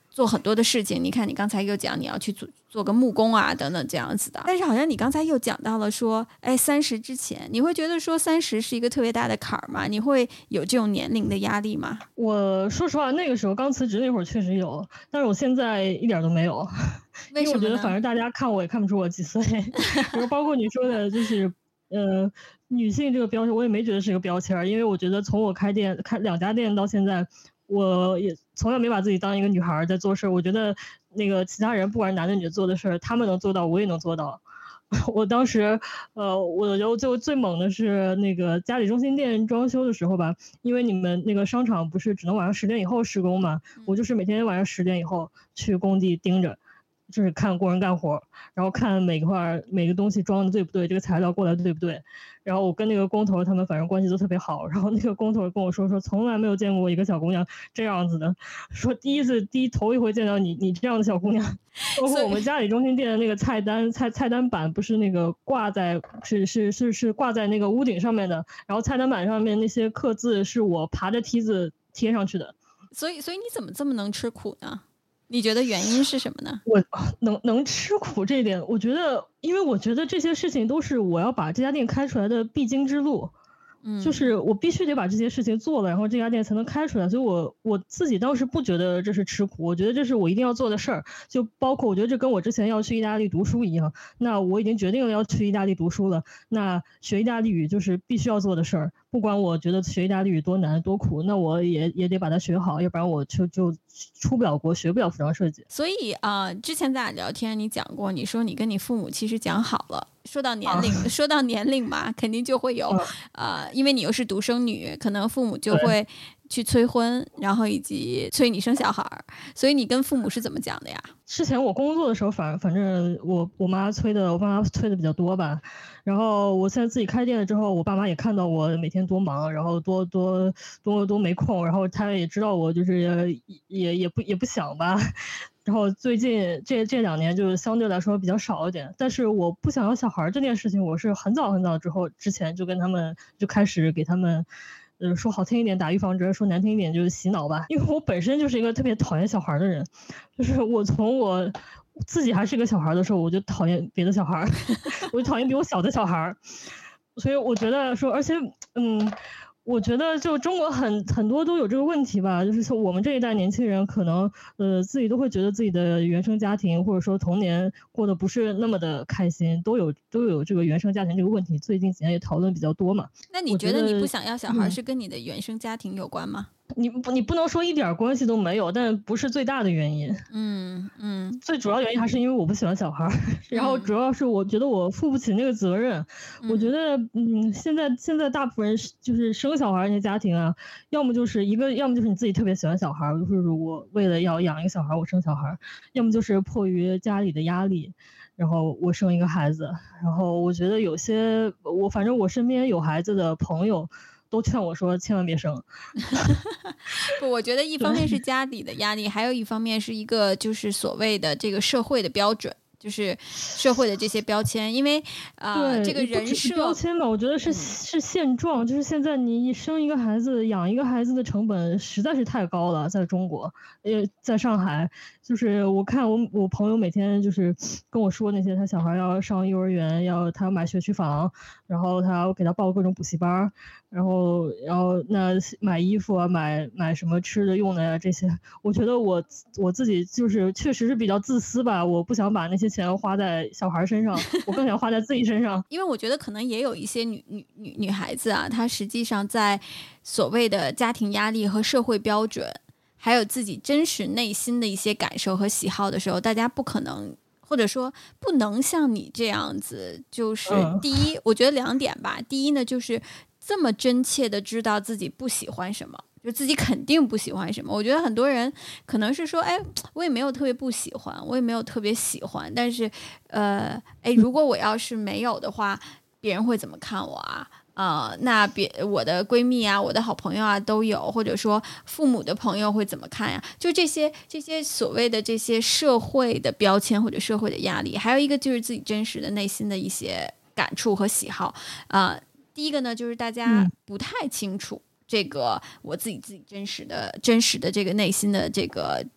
做很多的事情，你看你刚才又讲你要去做做个木工啊等等这样子的，但是好像你刚才又讲到了说，哎，三十之前你会觉得说三十是一个特别大的坎儿吗？你会有这种年龄的压力吗？ 我说实话，那个时候刚辞职那会儿确实有，但是我现在一点都没有。 为什么呢？ 因为我觉得反正大家看我也看不出我几岁，然后包括你说的就是呃女性这个标签，我也没觉得是一个标签，因为我觉得从我开店开两家店到现在，我也从来没把自己当一个女孩在做事。我觉得那个其他人不管男的女的做的事，他们能做到，我也能做到。我当时，呃，我觉得就最猛的是那个嘉里中心店装修的时候吧，因为你们那个商场不是只能晚上十点以后施工嘛，我就是每天晚上十点以后去工地盯着。就是看工人干活，然后看每块每个东西装的对不对，这个材料过来对不对。然后我跟那个工头他们反正关系都特别好，然后那个工头跟我说说从来没有见过一个小姑娘这样子的，说第一次第一头一回见到你你这样的小姑娘。包括我们嘉里中心店的那个菜单菜菜单板不是那个挂在是是是是挂在那个屋顶上面的，然后菜单板上面那些刻字是我爬着梯子贴上去的。 所以所以你怎么这么能吃苦呢？你觉得原因是什么呢？ 我能能吃苦这一点，我觉得，因为我觉得这些事情都是我要把这家店开出来的必经之路，嗯，就是我必须得把这些事情做了，然后这家店才能开出来。所以我我自己当时不觉得这是吃苦，我觉得这是我一定要做的事儿。就包括我觉得这跟我之前要去意大利读书一样，那我已经决定了要去意大利读书了，那学意大利语就是必须要做的事儿。不管我觉得学意大利语多难多苦，那我也也得把它学好，要不然我就就出不了国，学不了服装设计。 所以啊、呃，之前咱俩聊天，你讲过，你说你跟你父母其实讲好了，说到年龄，啊、说到年龄嘛，肯定就会有，啊、呃，因为你又是独生女，可能父母就会去催婚，然后以及催你生小孩，所以你跟父母是怎么讲的呀？ 之前我工作的时候，反反正我我妈催的，我爸妈催的比较多吧。然后我现在自己开店了之后，我爸妈也看到我每天多忙，然后多多多多没空，然后他也知道我就是也也不也不想吧。然后最近这这两年就相对来说比较少一点，但是我不想要小孩这件事情，我是很早很早之后之前就跟他们就开始给他们。呃，说好听一点打预防针，说难听一点就是洗脑吧。因为我本身就是一个特别讨厌小孩的人，就是我从我自己还是个小孩的时候，我就讨厌别的小孩，我就讨厌比我小的小孩。所以我觉得说，而且，嗯，我觉得就中国很很多都有这个问题吧，就是说我们这一代年轻人可能呃自己都会觉得自己的原生家庭或者说童年过得不是那么的开心，都有都有这个原生家庭这个问题，最近几年也讨论比较多嘛。 那你觉得你不想要小孩是跟你的原生家庭有关吗？ 嗯你不，你不能说一点关系都没有，但不是最大的原因。 嗯嗯， 最主要原因还是因为我不喜欢小孩，然后主要是我觉得我负不起那个责任。嗯、我觉得，嗯，现在现在大部分人就是生小孩那些家庭啊，要么就是一个，要么就是你自己特别喜欢小孩，就是我为了要养一个小孩我生小孩，要么就是迫于家里的压力，然后我生一个孩子。然后我觉得有些我反正我身边有孩子的朋友。都劝我说千万别生。 不，我觉得一方面是家里的压力，还有一方面是一个就是所谓的这个社会的标准，就是社会的这些标签。因为啊、呃，这个人设标签嘛，我觉得是、嗯、是现状，就是现在你生一个孩子养一个孩子的成本实在是太高了，在中国，呃，在上海，就是我看我我朋友每天就是跟我说那些他小孩要上幼儿园，要他要买学区房，然后他要给他报各种补习班。然后，然后那买衣服啊，买买什么吃的用的呀、啊，这些，我觉得我我自己就是确实是比较自私吧，我不想把那些钱花在小孩身上，我更想花在自己身上。 因为我觉得可能也有一些女女女女孩子啊，她实际上在所谓的家庭压力和社会标准，还有自己真实内心的一些感受和喜好的时候，大家不可能。或者说不能像你这样子，就是第一、嗯、我觉得两点吧。第一呢，就是这么真切的知道自己不喜欢什么，就自己肯定不喜欢什么。我觉得很多人可能是说，哎，我也没有特别不喜欢，我也没有特别喜欢，但是呃，哎，如果我要是没有的话，别人会怎么看我啊？啊、呃，那别我的闺蜜啊，我的好朋友啊都有，或者说父母的朋友会怎么看呀？就这些这些所谓的这些社会的标签或者社会的压力，还有一个就是自己真实的内心的一些感触和喜好啊、呃。第一个呢，就是大家不太清楚这个我自己自己真实的真实的这个内心的这个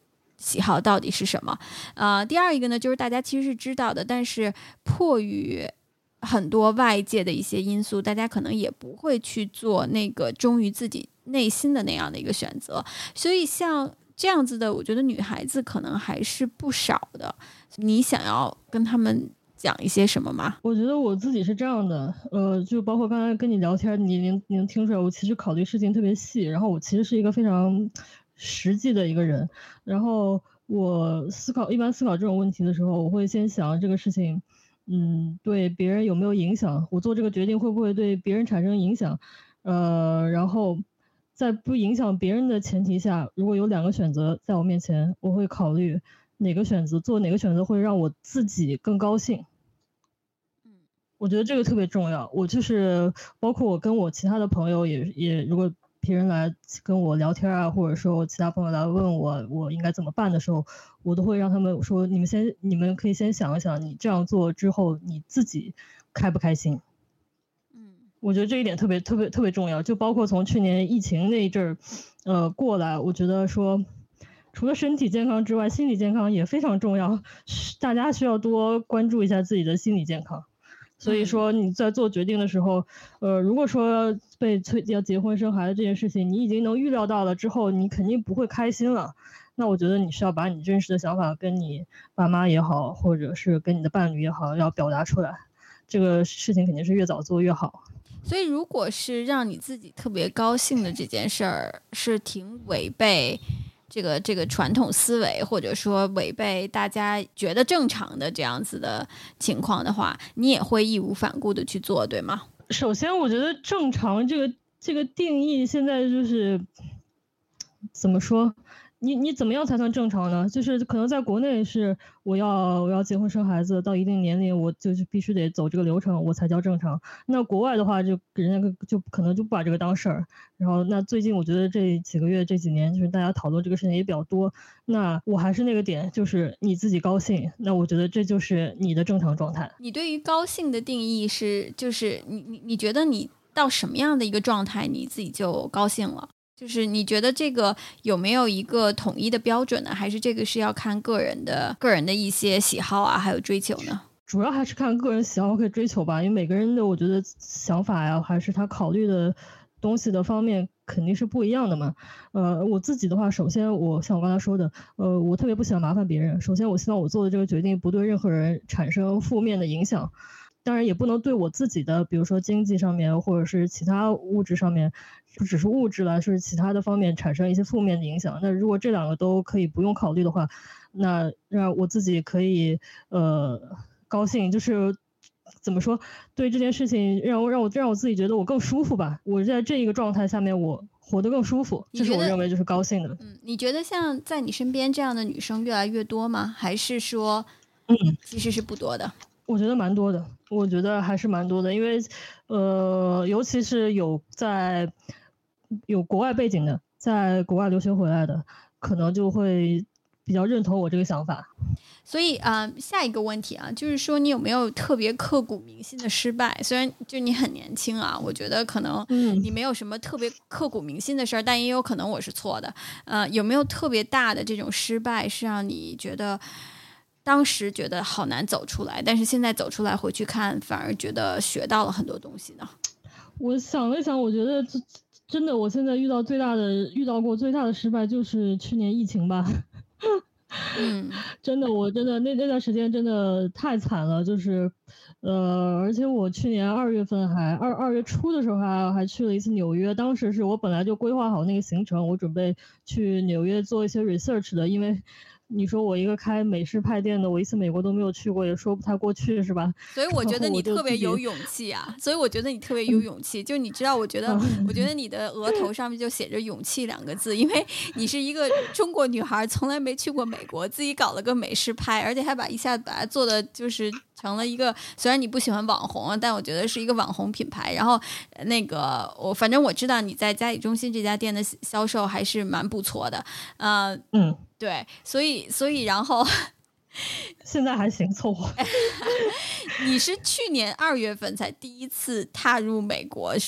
喜好到底是什么。呃，第二一个呢，就是大家其实是知道的，但是迫于很多外界的一些因素，大家可能也不会去做那个忠于自己内心的那样的一个选择。所以像这样子的，我觉得女孩子可能还是不少的。你想要跟他们讲一些什么吗？ 我觉得我自己是这样的，呃，就包括刚才跟你聊天，你能你能听出来，我其实考虑事情特别细，然后我其实是一个非常实际的一个人，然后我思考一般思考这种问题的时候，我会先想这个事情。嗯，对别人有没有影响？我做这个决定会不会对别人产生影响？呃，然后在不影响别人的前提下，如果有两个选择在我面前，我会考虑哪个选择，做哪个选择会让我自己更高兴。嗯，我觉得这个特别重要。我就是包括我跟我其他的朋友也也，如果别人来跟我聊天啊，或者说我其他朋友来问我我应该怎么办的时候，我都会让他们说，你们先你们可以先想一想，你这样做之后你自己开不开心。嗯，我觉得这一点特别特别特别重要。就包括从去年疫情那一阵儿呃过来，我觉得说除了身体健康之外，心理健康也非常重要，大家需要多关注一下自己的心理健康。所以说你在做决定的时候，呃，如果说被催要结婚生孩子这件事情，你已经能预料到了之后，你肯定不会开心了。那我觉得你是要把你真实的想法跟你爸妈也好，或者是跟你的伴侣也好，要表达出来。这个事情肯定是越早做越好。 所以如果是让你自己特别高兴的这件事儿，是挺违背这个这个传统思维，或者说违背大家觉得正常的这样子的情况的话，你也会义无反顾的去做，对吗？ 首先我觉得正常这个这个定义现在就是怎么说，你你怎么样才算正常呢？就是可能在国内是我要我要结婚生孩子，到一定年龄我就是必须得走这个流程，我才叫正常。那国外的话就人家就可能就不把这个当事儿。然后那最近我觉得这几个月这几年就是大家讨论这个事情也比较多。那我还是那个点，就是你自己高兴，那我觉得这就是你的正常状态。 你对于高兴的定义是就是你你你觉得你到什么样的一个状态你自己就高兴了？就是你觉得这个有没有一个统一的标准呢？还是这个是要看个人的个人的一些喜好啊，还有追求呢？ 主要还是看个人喜好和追求吧，因为每个人的我觉得想法呀，还是他考虑的东西的方面肯定是不一样的嘛。呃，我自己的话，首先我像我刚才说的，呃，我特别不喜欢麻烦别人。首先，我希望我做的这个决定不对任何人产生负面的影响。当然也不能对我自己的比如说经济上面或者是其他物质上面，不只是物质了，是其他的方面产生一些负面的影响。那如果这两个都可以不用考虑的话，那让我自己可以呃高兴，就是怎么说，对这件事情让我让我让我自己觉得我更舒服吧。我在这一个状态下面我活得更舒服，这是我认为就是高兴的。 嗯，你觉得像在你身边这样的女生越来越多吗？还是说嗯其实是不多的？ 我觉得蛮多的，我觉得还是蛮多的，因为呃尤其是有在有国外背景的，在国外留学回来的，可能就会比较认同我这个想法。 所以啊、呃，下一个问题啊，就是说你有没有特别刻骨铭心的失败？虽然就你很年轻啊，我觉得可能你没有什么特别刻骨铭心的事儿、嗯，但也有可能我是错的。呃，有没有特别大的这种失败是让你觉得当时觉得好难走出来，但是现在走出来回去看，反而觉得学到了很多东西呢？ 我想了想，我觉得这真的，我现在遇到最大的遇到过最大的失败就是去年疫情吧。 嗯， 真的，我真的那那段时间真的太惨了，就是，呃，而且我去年二月份还二二月初的时候还还去了一次纽约，当时是我本来就规划好那个行程，我准备去纽约做一些 research 的，因为你说我一个开美式派店的，我一次美国都没有去过，也说不太过去，是吧？ 所以我觉得你特别有勇气啊！所以我觉得你特别有勇气，就你知道，我觉得，我觉得你的额头上面就写着“勇气”两个字，因为你是一个中国女孩，从来没去过美国，自己搞了个美式派，而且还把一下把它做的就是成了一个，虽然你不喜欢网红，但我觉得是一个网红品牌。然后那个我反正我知道你在嘉里中心这家店的销售还是蛮不错的，呃， 嗯。 对，所以所以然后现在还行，凑合。 你是去年二月份才第一次踏入美国是吗？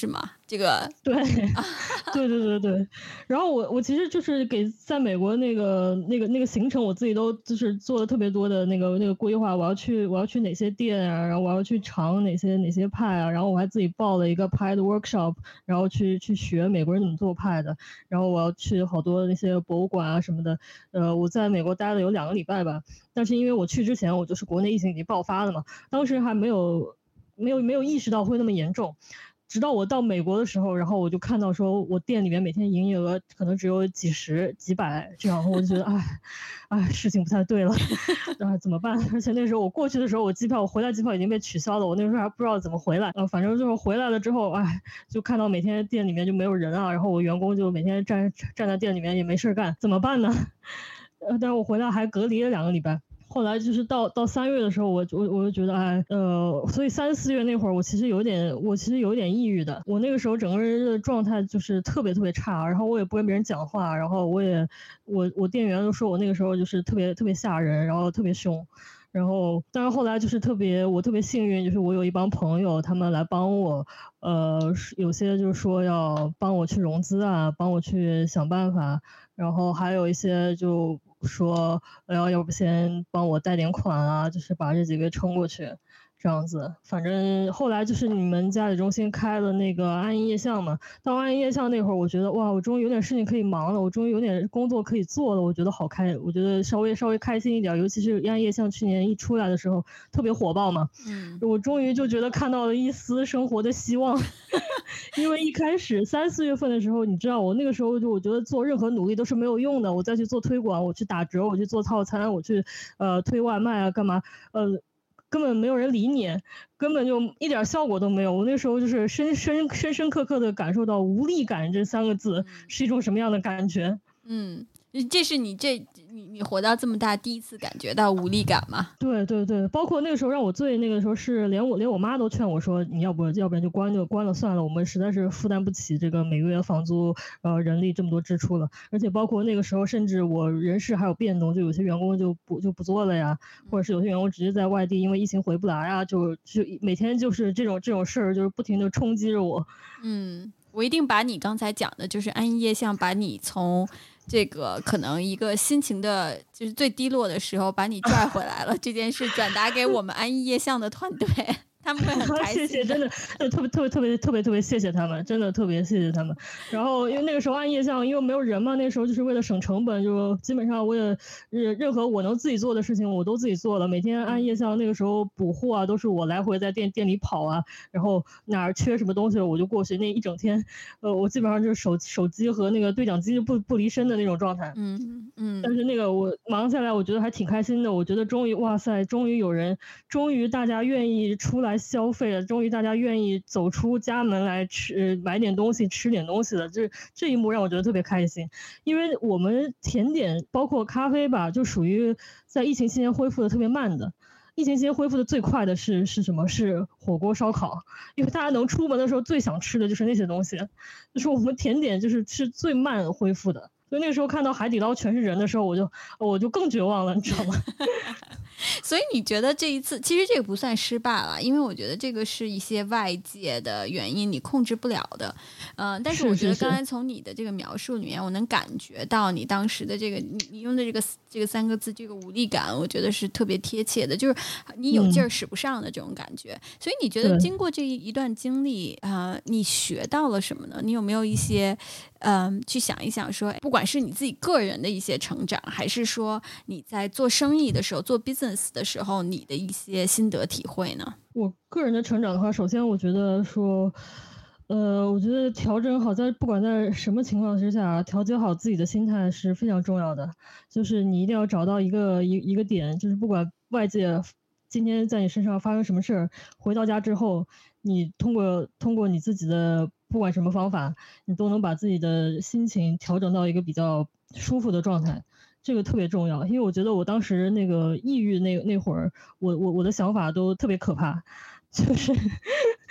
这个对对对对对。然后我我其实就是给在美国那个那个那个行程，我自己都就是做了特别多的那个那个规划，我要去我要去哪些店啊，然后我要去尝哪些哪些派啊，然后我还自己报了一个派的 workshop， 然后去去学美国人怎么做派的，然后我要去好多那些博物馆啊什么的。呃，我在美国待了有两个礼拜吧，但是因为我去之前我就是国内疫情已经爆发了嘛，当时还没有没有没有意识到会那么严重。直到我到美国的时候，然后我就看到说我店里面每天营业额可能只有几十几百这样，我就觉得哎哎事情不太对了啊，怎么办？而且那时候我过去的时候，我机票我回来机票已经被取消了，我那时候还不知道怎么回来啊，反正就是回来了之后，哎，就看到每天店里面就没有人啊，然后我员工就每天站站在店里面也没事干，怎么办呢？呃，但是我回来还隔离了两个礼拜。后来就是到到三月的时候，我我我就觉得，哎，呃，所以三四月那会儿，我其实有点，我其实有点抑郁的。我那个时候整个人的状态就是特别特别差，然后我也不跟别人讲话，然后我也，我我店员都说我那个时候就是特别特别吓人，然后特别凶。然后，但是后来就是特别，我特别幸运，就是我有一帮朋友，他们来帮我，呃，有些就是说要帮我去融资啊，帮我去想办法，然后还有一些就说，要要不先帮我贷点款啊，就是把这几个撑过去。这样子，反正后来就是你们家里中心开了那个安逸夜巷嘛，到安逸夜巷那会儿，我觉得哇，我终于有点事情可以忙了，我终于有点工作可以做了，我觉得好开，我觉得稍微稍微开心一点，尤其是安逸夜巷去年一出来的时候特别火爆嘛，嗯，我终于就觉得看到了一丝生活的希望，因为一开始三四月份的时候，你知道我那个时候就我觉得做任何努力都是没有用的，我再去做推广，我去打折，我去做套餐，我去呃推外卖啊干嘛，呃。根本没有人理你，根本就一点效果都没有。我那时候就是深深深深刻刻的感受到无力感这三个字是一种什么样的感觉。 嗯，这是你这你你活到这么大第一次感觉到无力感吗？ 对对对，包括那个时候让我最那个时候是连我连我妈都劝我说，你要不要不然就关就关了算了，我们实在是负担不起这个每个月房租呃人力这么多支出了。而且包括那个时候甚至我人事还有变动，就有些员工就不就不做了呀，或者是有些员工直接在外地因为疫情回不来啊，就就每天就是这种这种事儿就是不停的冲击着我。 嗯，我一定把你刚才讲的就是安逸夜巷把你从这个可能一个心情的就是最低落的时候把你拽回来了这件事转达给我们安逸夜巷的团队，他们会很开心。 谢谢，真的特别特别特别特别特别谢谢他们，真的特别谢谢他们。然后因为那个时候安逸夜巷因为没有人嘛，那个时候就是为了省成本，就基本上我也任何我能自己做的事情我都自己做了。每天安逸夜巷那个时候补货啊，都是我来回在店店里跑啊，然后哪儿缺什么东西我就过去，那一整天，呃，我基本上就是手手机和那个对讲机不不离身的那种状态。 嗯嗯。 但是那个我忙下来，我觉得还挺开心的。我觉得终于哇塞，终于有人，终于大家愿意出来消费了，终于大家愿意走出家门来吃买点东西吃点东西了，这这一幕让我觉得特别开心。因为我们甜点包括咖啡吧，就属于在疫情期间恢复的特别慢的。疫情期间恢复的最快的是是什么？是火锅烧烤，因为大家能出门的时候最想吃的就是那些东西，就是我们甜点就是是最慢恢复的。所以那个时候看到海底捞全是人的时候，我就我就更绝望了，你知道吗？ 所以你觉得这一次其实这个不算失败了，因为我觉得这个是一些外界的原因你控制不了的，呃，但是我觉得刚才从你的这个描述里面，我能感觉到你当时的这个你你用的这个这个三个字这个无力感，我觉得是特别贴切的，就是你有劲儿使不上的这种感觉。嗯、所以你觉得经过这一段经历啊、呃，你学到了什么呢？你有没有一些嗯、呃，去想一想说，不管是你自己个人的一些成长，还是说你在做生意的时候做 business 的时候你的一些心得体会呢？ 我个人的成长的话，首先我觉得说呃，我觉得调整好在不管在什么情况之下，调节好自己的心态是非常重要的。就是你一定要找到一个一一个点，就是不管外界今天在你身上发生什么事儿，回到家之后，你通过通过你自己的不管什么方法，你都能把自己的心情调整到一个比较舒服的状态。这个特别重要，因为我觉得我当时那个抑郁那那会儿，我我我的想法都特别可怕，就是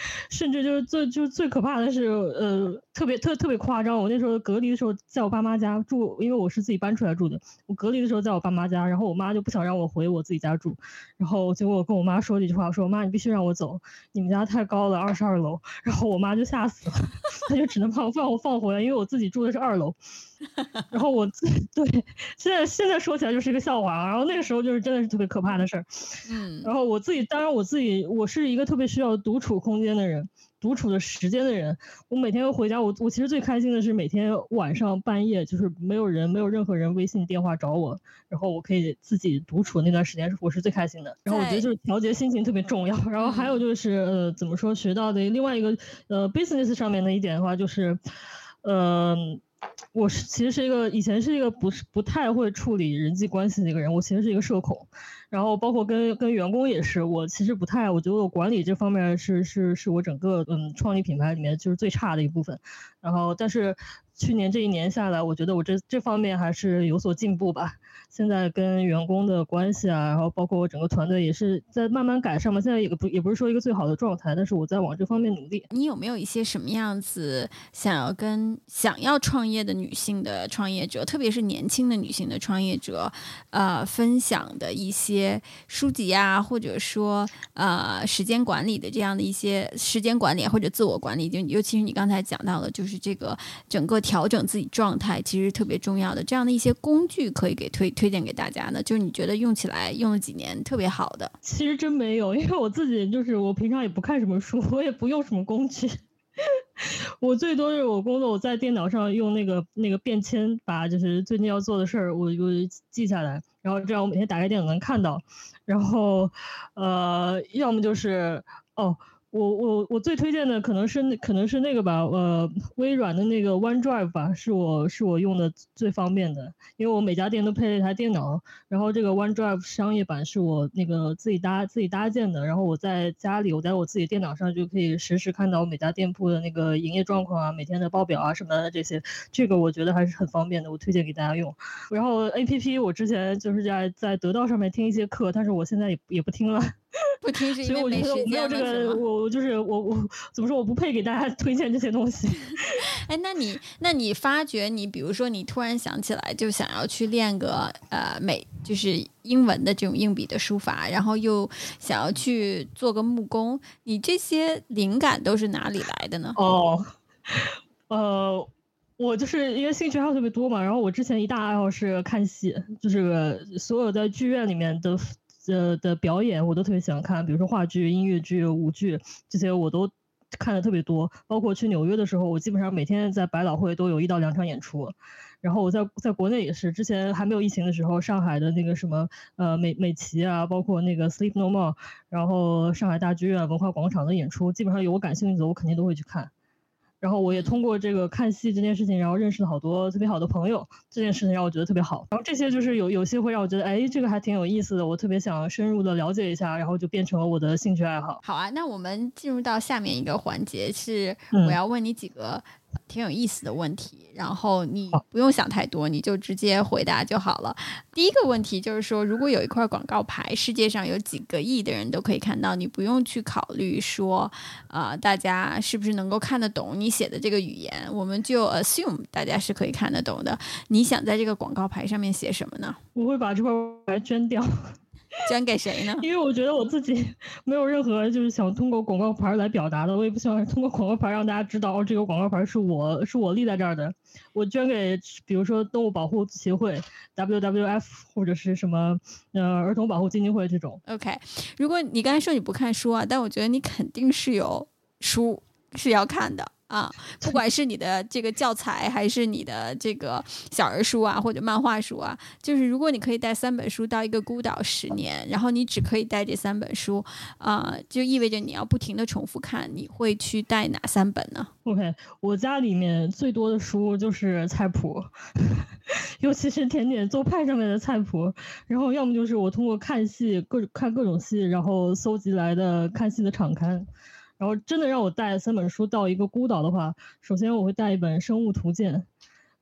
甚至就是最就是最可怕的是，呃，特别特特别夸张。我那时候隔离的时候，在我爸妈家住，因为我是自己搬出来住的。我隔离的时候在我爸妈家，然后我妈就不想让我回我自己家住，然后结果我跟我妈说了一句话，我说妈，你必须让我走，你们家太高了，二十二楼。然后我妈就吓死了，她就只能把我放我放回来，因为我自己住的是二楼。然后我自对现在现在说起来就是一个笑话啊，然后那个时候就是真的是特别可怕的事儿。嗯，然后我自己当然我自己我是一个特别需要独处空间的人，独处的时间的人。我每天回家，我我其实最开心的是每天晚上半夜就是没有人没有任何人微信电话找我，然后我可以自己独处那段时间，我是最开心的。然后我觉得就是调节心情特别重要。然后还有就是呃怎么说学到的另外一个呃 business 上面的一点的话就是呃。我是其实是一个以前是一个不是不太会处理人际关系的一个人，我其实是一个社恐，然后包括跟跟员工也是，我其实不太，我觉得我管理这方面是是是我整个嗯创立品牌里面就是最差的一部分，然后但是去年这一年下来，我觉得我这这方面还是有所进步吧。现在跟员工的关系啊，然后包括我整个团队也是在慢慢改善嘛。现在也不也不是说一个最好的状态，但是我在往这方面努力。 你有没有一些什么样子想要跟想要创业的女性的创业者，特别是年轻的女性的创业者，呃，分享的一些书籍啊，或者说呃时间管理的这样的一些时间管理或者自我管理，就尤其是你刚才讲到的，就是这个整个调整自己状态，其实特别重要的这样的一些工具，可以给推推荐给大家呢？就是你觉得用起来用了几年特别好的？ 其实真没有，因为我自己就是我平常也不看什么书，我也不用什么工具。我最多是我工作，我在电脑上用那个那个便签，把就是最近要做的事儿，我我记下来，然后这样我每天打开电脑能看到。然后，呃，要么就是哦。我我我最推荐的可能是可能是那个吧，呃，微软的那个 OneDrive 吧，是我是我用的最方便的，因为我每家店都配了一台电脑，然后这个 OneDrive 商业版是我那个自己搭自己搭建的，然后我在家里，我在我自己电脑上就可以实时看到我每家店铺的那个营业状况啊，每天的报表啊什么的这些，这个我觉得还是很方便的，我推荐给大家用。然后 A P P 我之前就是在在得到上面听一些课，但是我现在也也不听了。 不听是因为没时间了， 所以我觉得我没有这个，我就是我我怎么说，我不配给大家推荐这些东西。 哎，那你那你发觉你比如说你突然想起来就想要去练个呃美就是英文的这种硬笔的书法，然后又想要去做个木工，你这些灵感都是哪里来的呢？ 哦，呃。我就是因为兴趣爱好特别多嘛，然后我之前一大爱好是看戏，就是所有在剧院里面的呃的表演我都特别喜欢看，比如说话剧、音乐剧、舞剧这些我都看的特别多，包括去纽约的时候，我基本上每天在百老汇都有一到两场演出。然后我在在国内也是，之前还没有疫情的时候，上海的那个什么呃美美琪啊，包括那个 Sleep No More， 然后上海大剧院、文化广场的演出，基本上有我感兴趣的我肯定都会去看。然后我也通过这个看戏这件事情，然后认识了好多特别好的朋友，这件事情让我觉得特别好。然后这些就是有有些会让我觉得，哎，这个还挺有意思的，我特别想深入的了解一下，然后就变成了我的兴趣爱好。 好啊，那我们进入到下面一个环节，是我要问你几个挺有意思的问题，然后你不用想太多，你就直接回答就好了。第一个问题就是说，如果有一块广告牌，世界上有几个亿的人都可以看到，你不用去考虑说呃，大家是不是能够看得懂你写的这个语言，我们就 assume 大家是可以看得懂的。你想在这个广告牌上面写什么呢？ 我会把这块牌捐掉。 捐给谁呢？ 因为我觉得我自己没有任何就是想通过广告牌来表达的，我也不希望通过广告牌让大家知道哦，这个广告牌是我是我立在这儿的。我捐给比如说动物保护协会 W W F 或者是什么呃儿童保护基金会这种。 OK， 如果你刚才说你不看书啊，但我觉得你肯定是有书是要看的啊，不管是你的这个教材还是你的这个小人书啊或者漫画书啊，就是如果你可以带三本书到一个孤岛十年，然后你只可以带这三本书啊、呃，就意味着你要不停的重复看，你会去带哪三本呢？ OK， 我家里面最多的书就是菜谱尤其是甜点做派上面的菜谱，然后要么就是我通过看戏各看各种戏然后搜集来的看戏的场刊。然后真的让我带三本书到一个孤岛的话，首先我会带一本生物图鉴，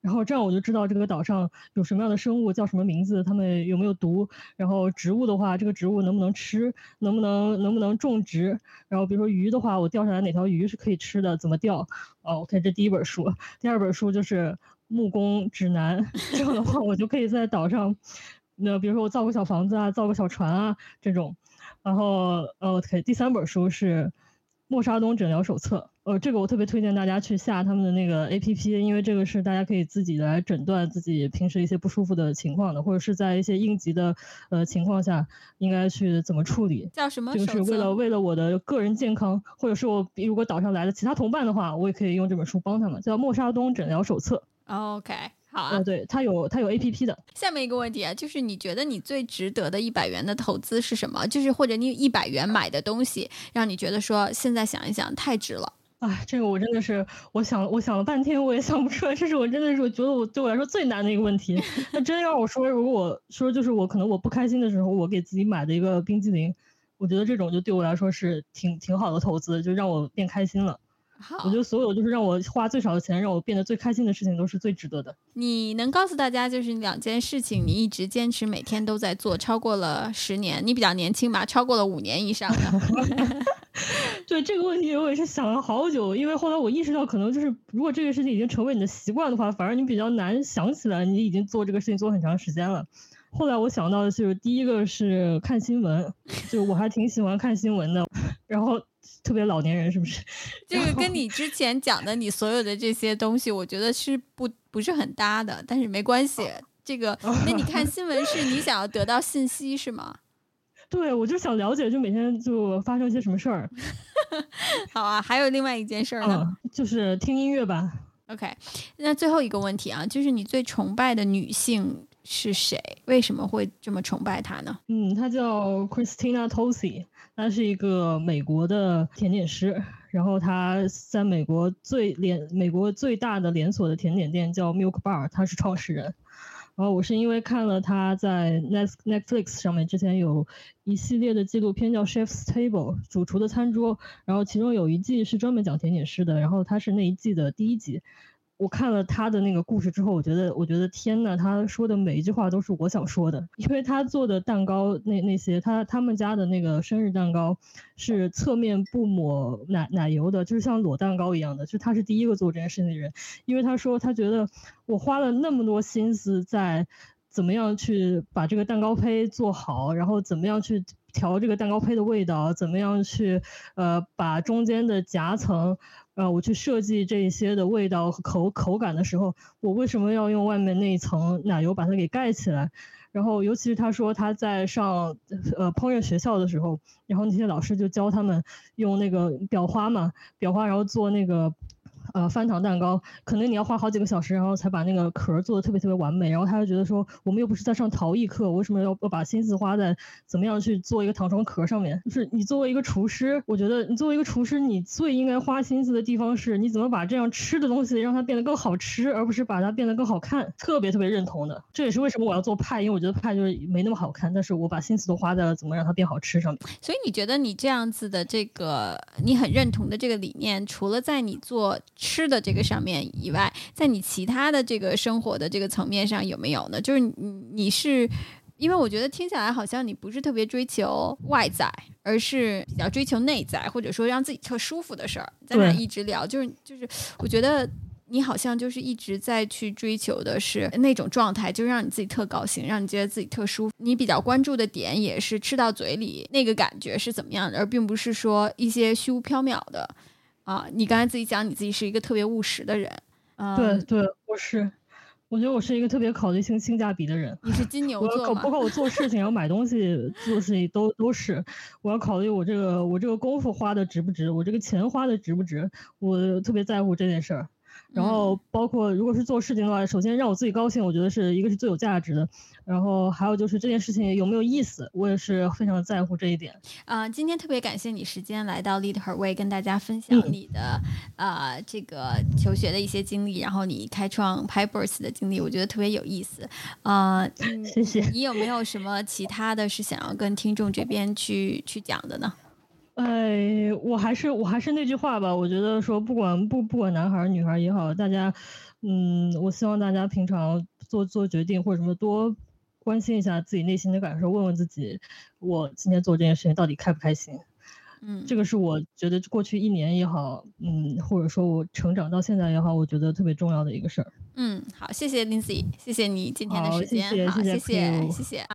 然后这样我就知道这个岛上有什么样的生物，叫什么名字，它们有没有毒，然后植物的话，这个植物能不能吃，能不能能不能种植，然后比如说鱼的话，我钓上来哪条鱼是可以吃的，怎么钓。哦 OK， 这第一本书。第二本书就是木工指南，这样的话我就可以在岛上那比如说我造个小房子啊，造个小船啊这种。然后呃 OK， 第三本书是默沙东诊疗手册，呃，这个我特别推荐大家去下他们的那个 A P P， 因为这个是大家可以自己来诊断自己平时一些不舒服的情况的，或者是在一些应急的呃情况下应该去怎么处理。 叫什么这个是为了为了我的个人健康，或者是我如果岛上来的其他同伴的话，我也可以用这本书帮他们，叫默沙东诊疗手册。 OK， 好啊， 呃，对，它有它有 A P P 的。 下面一个问题啊，就是你觉得你最值得的一百元的投资是什么？就是或者你一百元买的东西，让你觉得说现在想一想太值了。 哎，这个我真的是，我想我想了半天，我也想不出来。这是我真的是我觉得我对我来说最难的一个问题。那真让我说，如果我说就是我可能我不开心的时候，我给自己买的一个冰激凌，我觉得这种就对我来说是挺挺好的投资，就让我变开心了。我觉得所有就是让我花最少的钱让我变得最开心的事情都是最值得的。 你能告诉大家就是两件事情你一直坚持每天都在做，超过了十年，你比较年轻吧，超过了五年以上的。 对这个问题我也是想了好久，因为后来我意识到可能就是如果这个事情已经成为你的习惯的话，反而你比较难想起来你已经做这个事情做很长时间了。后来我想到的就是第一个是看新闻，就我还挺喜欢看新闻的，然后特别老年人是不是？ 这个跟你之前讲的你所有的这些东西我觉得是不不是很搭的，但是没关系。这个那你看新闻是你想要得到信息是吗？ 对，我就想了解就每天就发生一些什么事儿。 好啊，还有另外一件事呢、 嗯、就是听音乐吧。 OK， 那最后一个问题啊，就是你最崇拜的女性是谁？为什么会这么崇拜她呢？ 嗯，她叫 Christina Tosi， 她是一个美国的甜点师，然后她在美国最连美国最大的连锁的甜点店叫 Milk Bar， 她是创始人。然后我是因为看了她在 Netflix 上面之前有一系列的纪录片叫 Chef's Table 主厨的餐桌，然后其中有一季是专门讲甜点师的，然后她是那一季的第一集。我看了他的那个故事之后，我觉得，我觉得天呐，他说的每一句话都是我想说的。因为他做的蛋糕，那那些他他们家的那个生日蛋糕是侧面不抹奶奶油的，就是像裸蛋糕一样的。就他是第一个做这件事情的人，因为他说他觉得我花了那么多心思在怎么样去把这个蛋糕胚做好，然后怎么样去调这个蛋糕胚的味道，怎么样去呃把中间的夹层。呃，我去设计这些的味道和口口感的时候，我为什么要用外面那一层奶油把它给盖起来？然后，尤其是他说他在上呃烹饪学校的时候，然后那些老师就教他们用那个裱花嘛，裱花，然后做那个呃翻糖蛋糕，可能你要花好几个小时，然后才把那个壳做的特别特别完美。然后他就觉得说，我们又不是在上陶艺课，为什么要要把心思花在怎么样去做一个糖霜壳上面？就是你作为一个厨师，我觉得你作为一个厨师，你最应该花心思的地方是你怎么把这样吃的东西让它变得更好吃，而不是把它变得更好看。特别特别认同的，这也是为什么我要做派，因为我觉得派就是没那么好看，但是我把心思都花在了怎么让它变好吃上面。 所以你觉得你这样子的这个你很认同的这个理念，除了在你做吃的这个上面以外，在你其他的这个生活的这个层面上有没有呢？就是你你是因为我觉得听起来好像你不是特别追求外在，而是比较追求内在，或者说让自己特舒服的事儿。在那一直聊，就是就是我觉得你好像就是一直在去追求的是那种状态，就让你自己特高兴，让你觉得自己特舒服。你比较关注的点也是吃到嘴里那个感觉是怎么样的，而并不是说一些虚无缥缈的啊。你刚才自己讲你自己是一个特别务实的人。嗯、 对对，我是我觉得我是一个特别考虑性性价比的人。 你是金牛座吗？ 包括我做事情然后买东西做事情都都是我要考虑我这个我这个功夫花的值不值，我这个钱花的值不值，我特别在乎这件事儿。然后包括如果是做事情的话，首先让我自己高兴，我觉得是一个是最有价值的，然后还有就是这件事情有没有意思，我也是非常在乎这一点。 呃，今天特别感谢你时间来到 Lead Her Way 跟大家分享你的、嗯、呃这个求学的一些经历，然后你开创 Pieburs 的经历，我觉得特别有意思。呃， 谢谢。 你有没有什么其他的是想要跟听众这边去去讲的呢？ 哎，我还是我还是那句话吧，我觉得说不管不不管男孩女孩也好，大家嗯，我希望大家平常做做决定或者什么多关心一下自己内心的感受，问问自己我今天做这件事情到底开不开心。 嗯， 这个是我觉得过去一年也好，嗯，或者说我成长到现在也好，我觉得特别重要的一个事儿。 嗯，好，谢谢 Lindsay， 谢谢你今天的时间， 好，谢谢， 好，谢谢， 谢谢 Q 谢谢。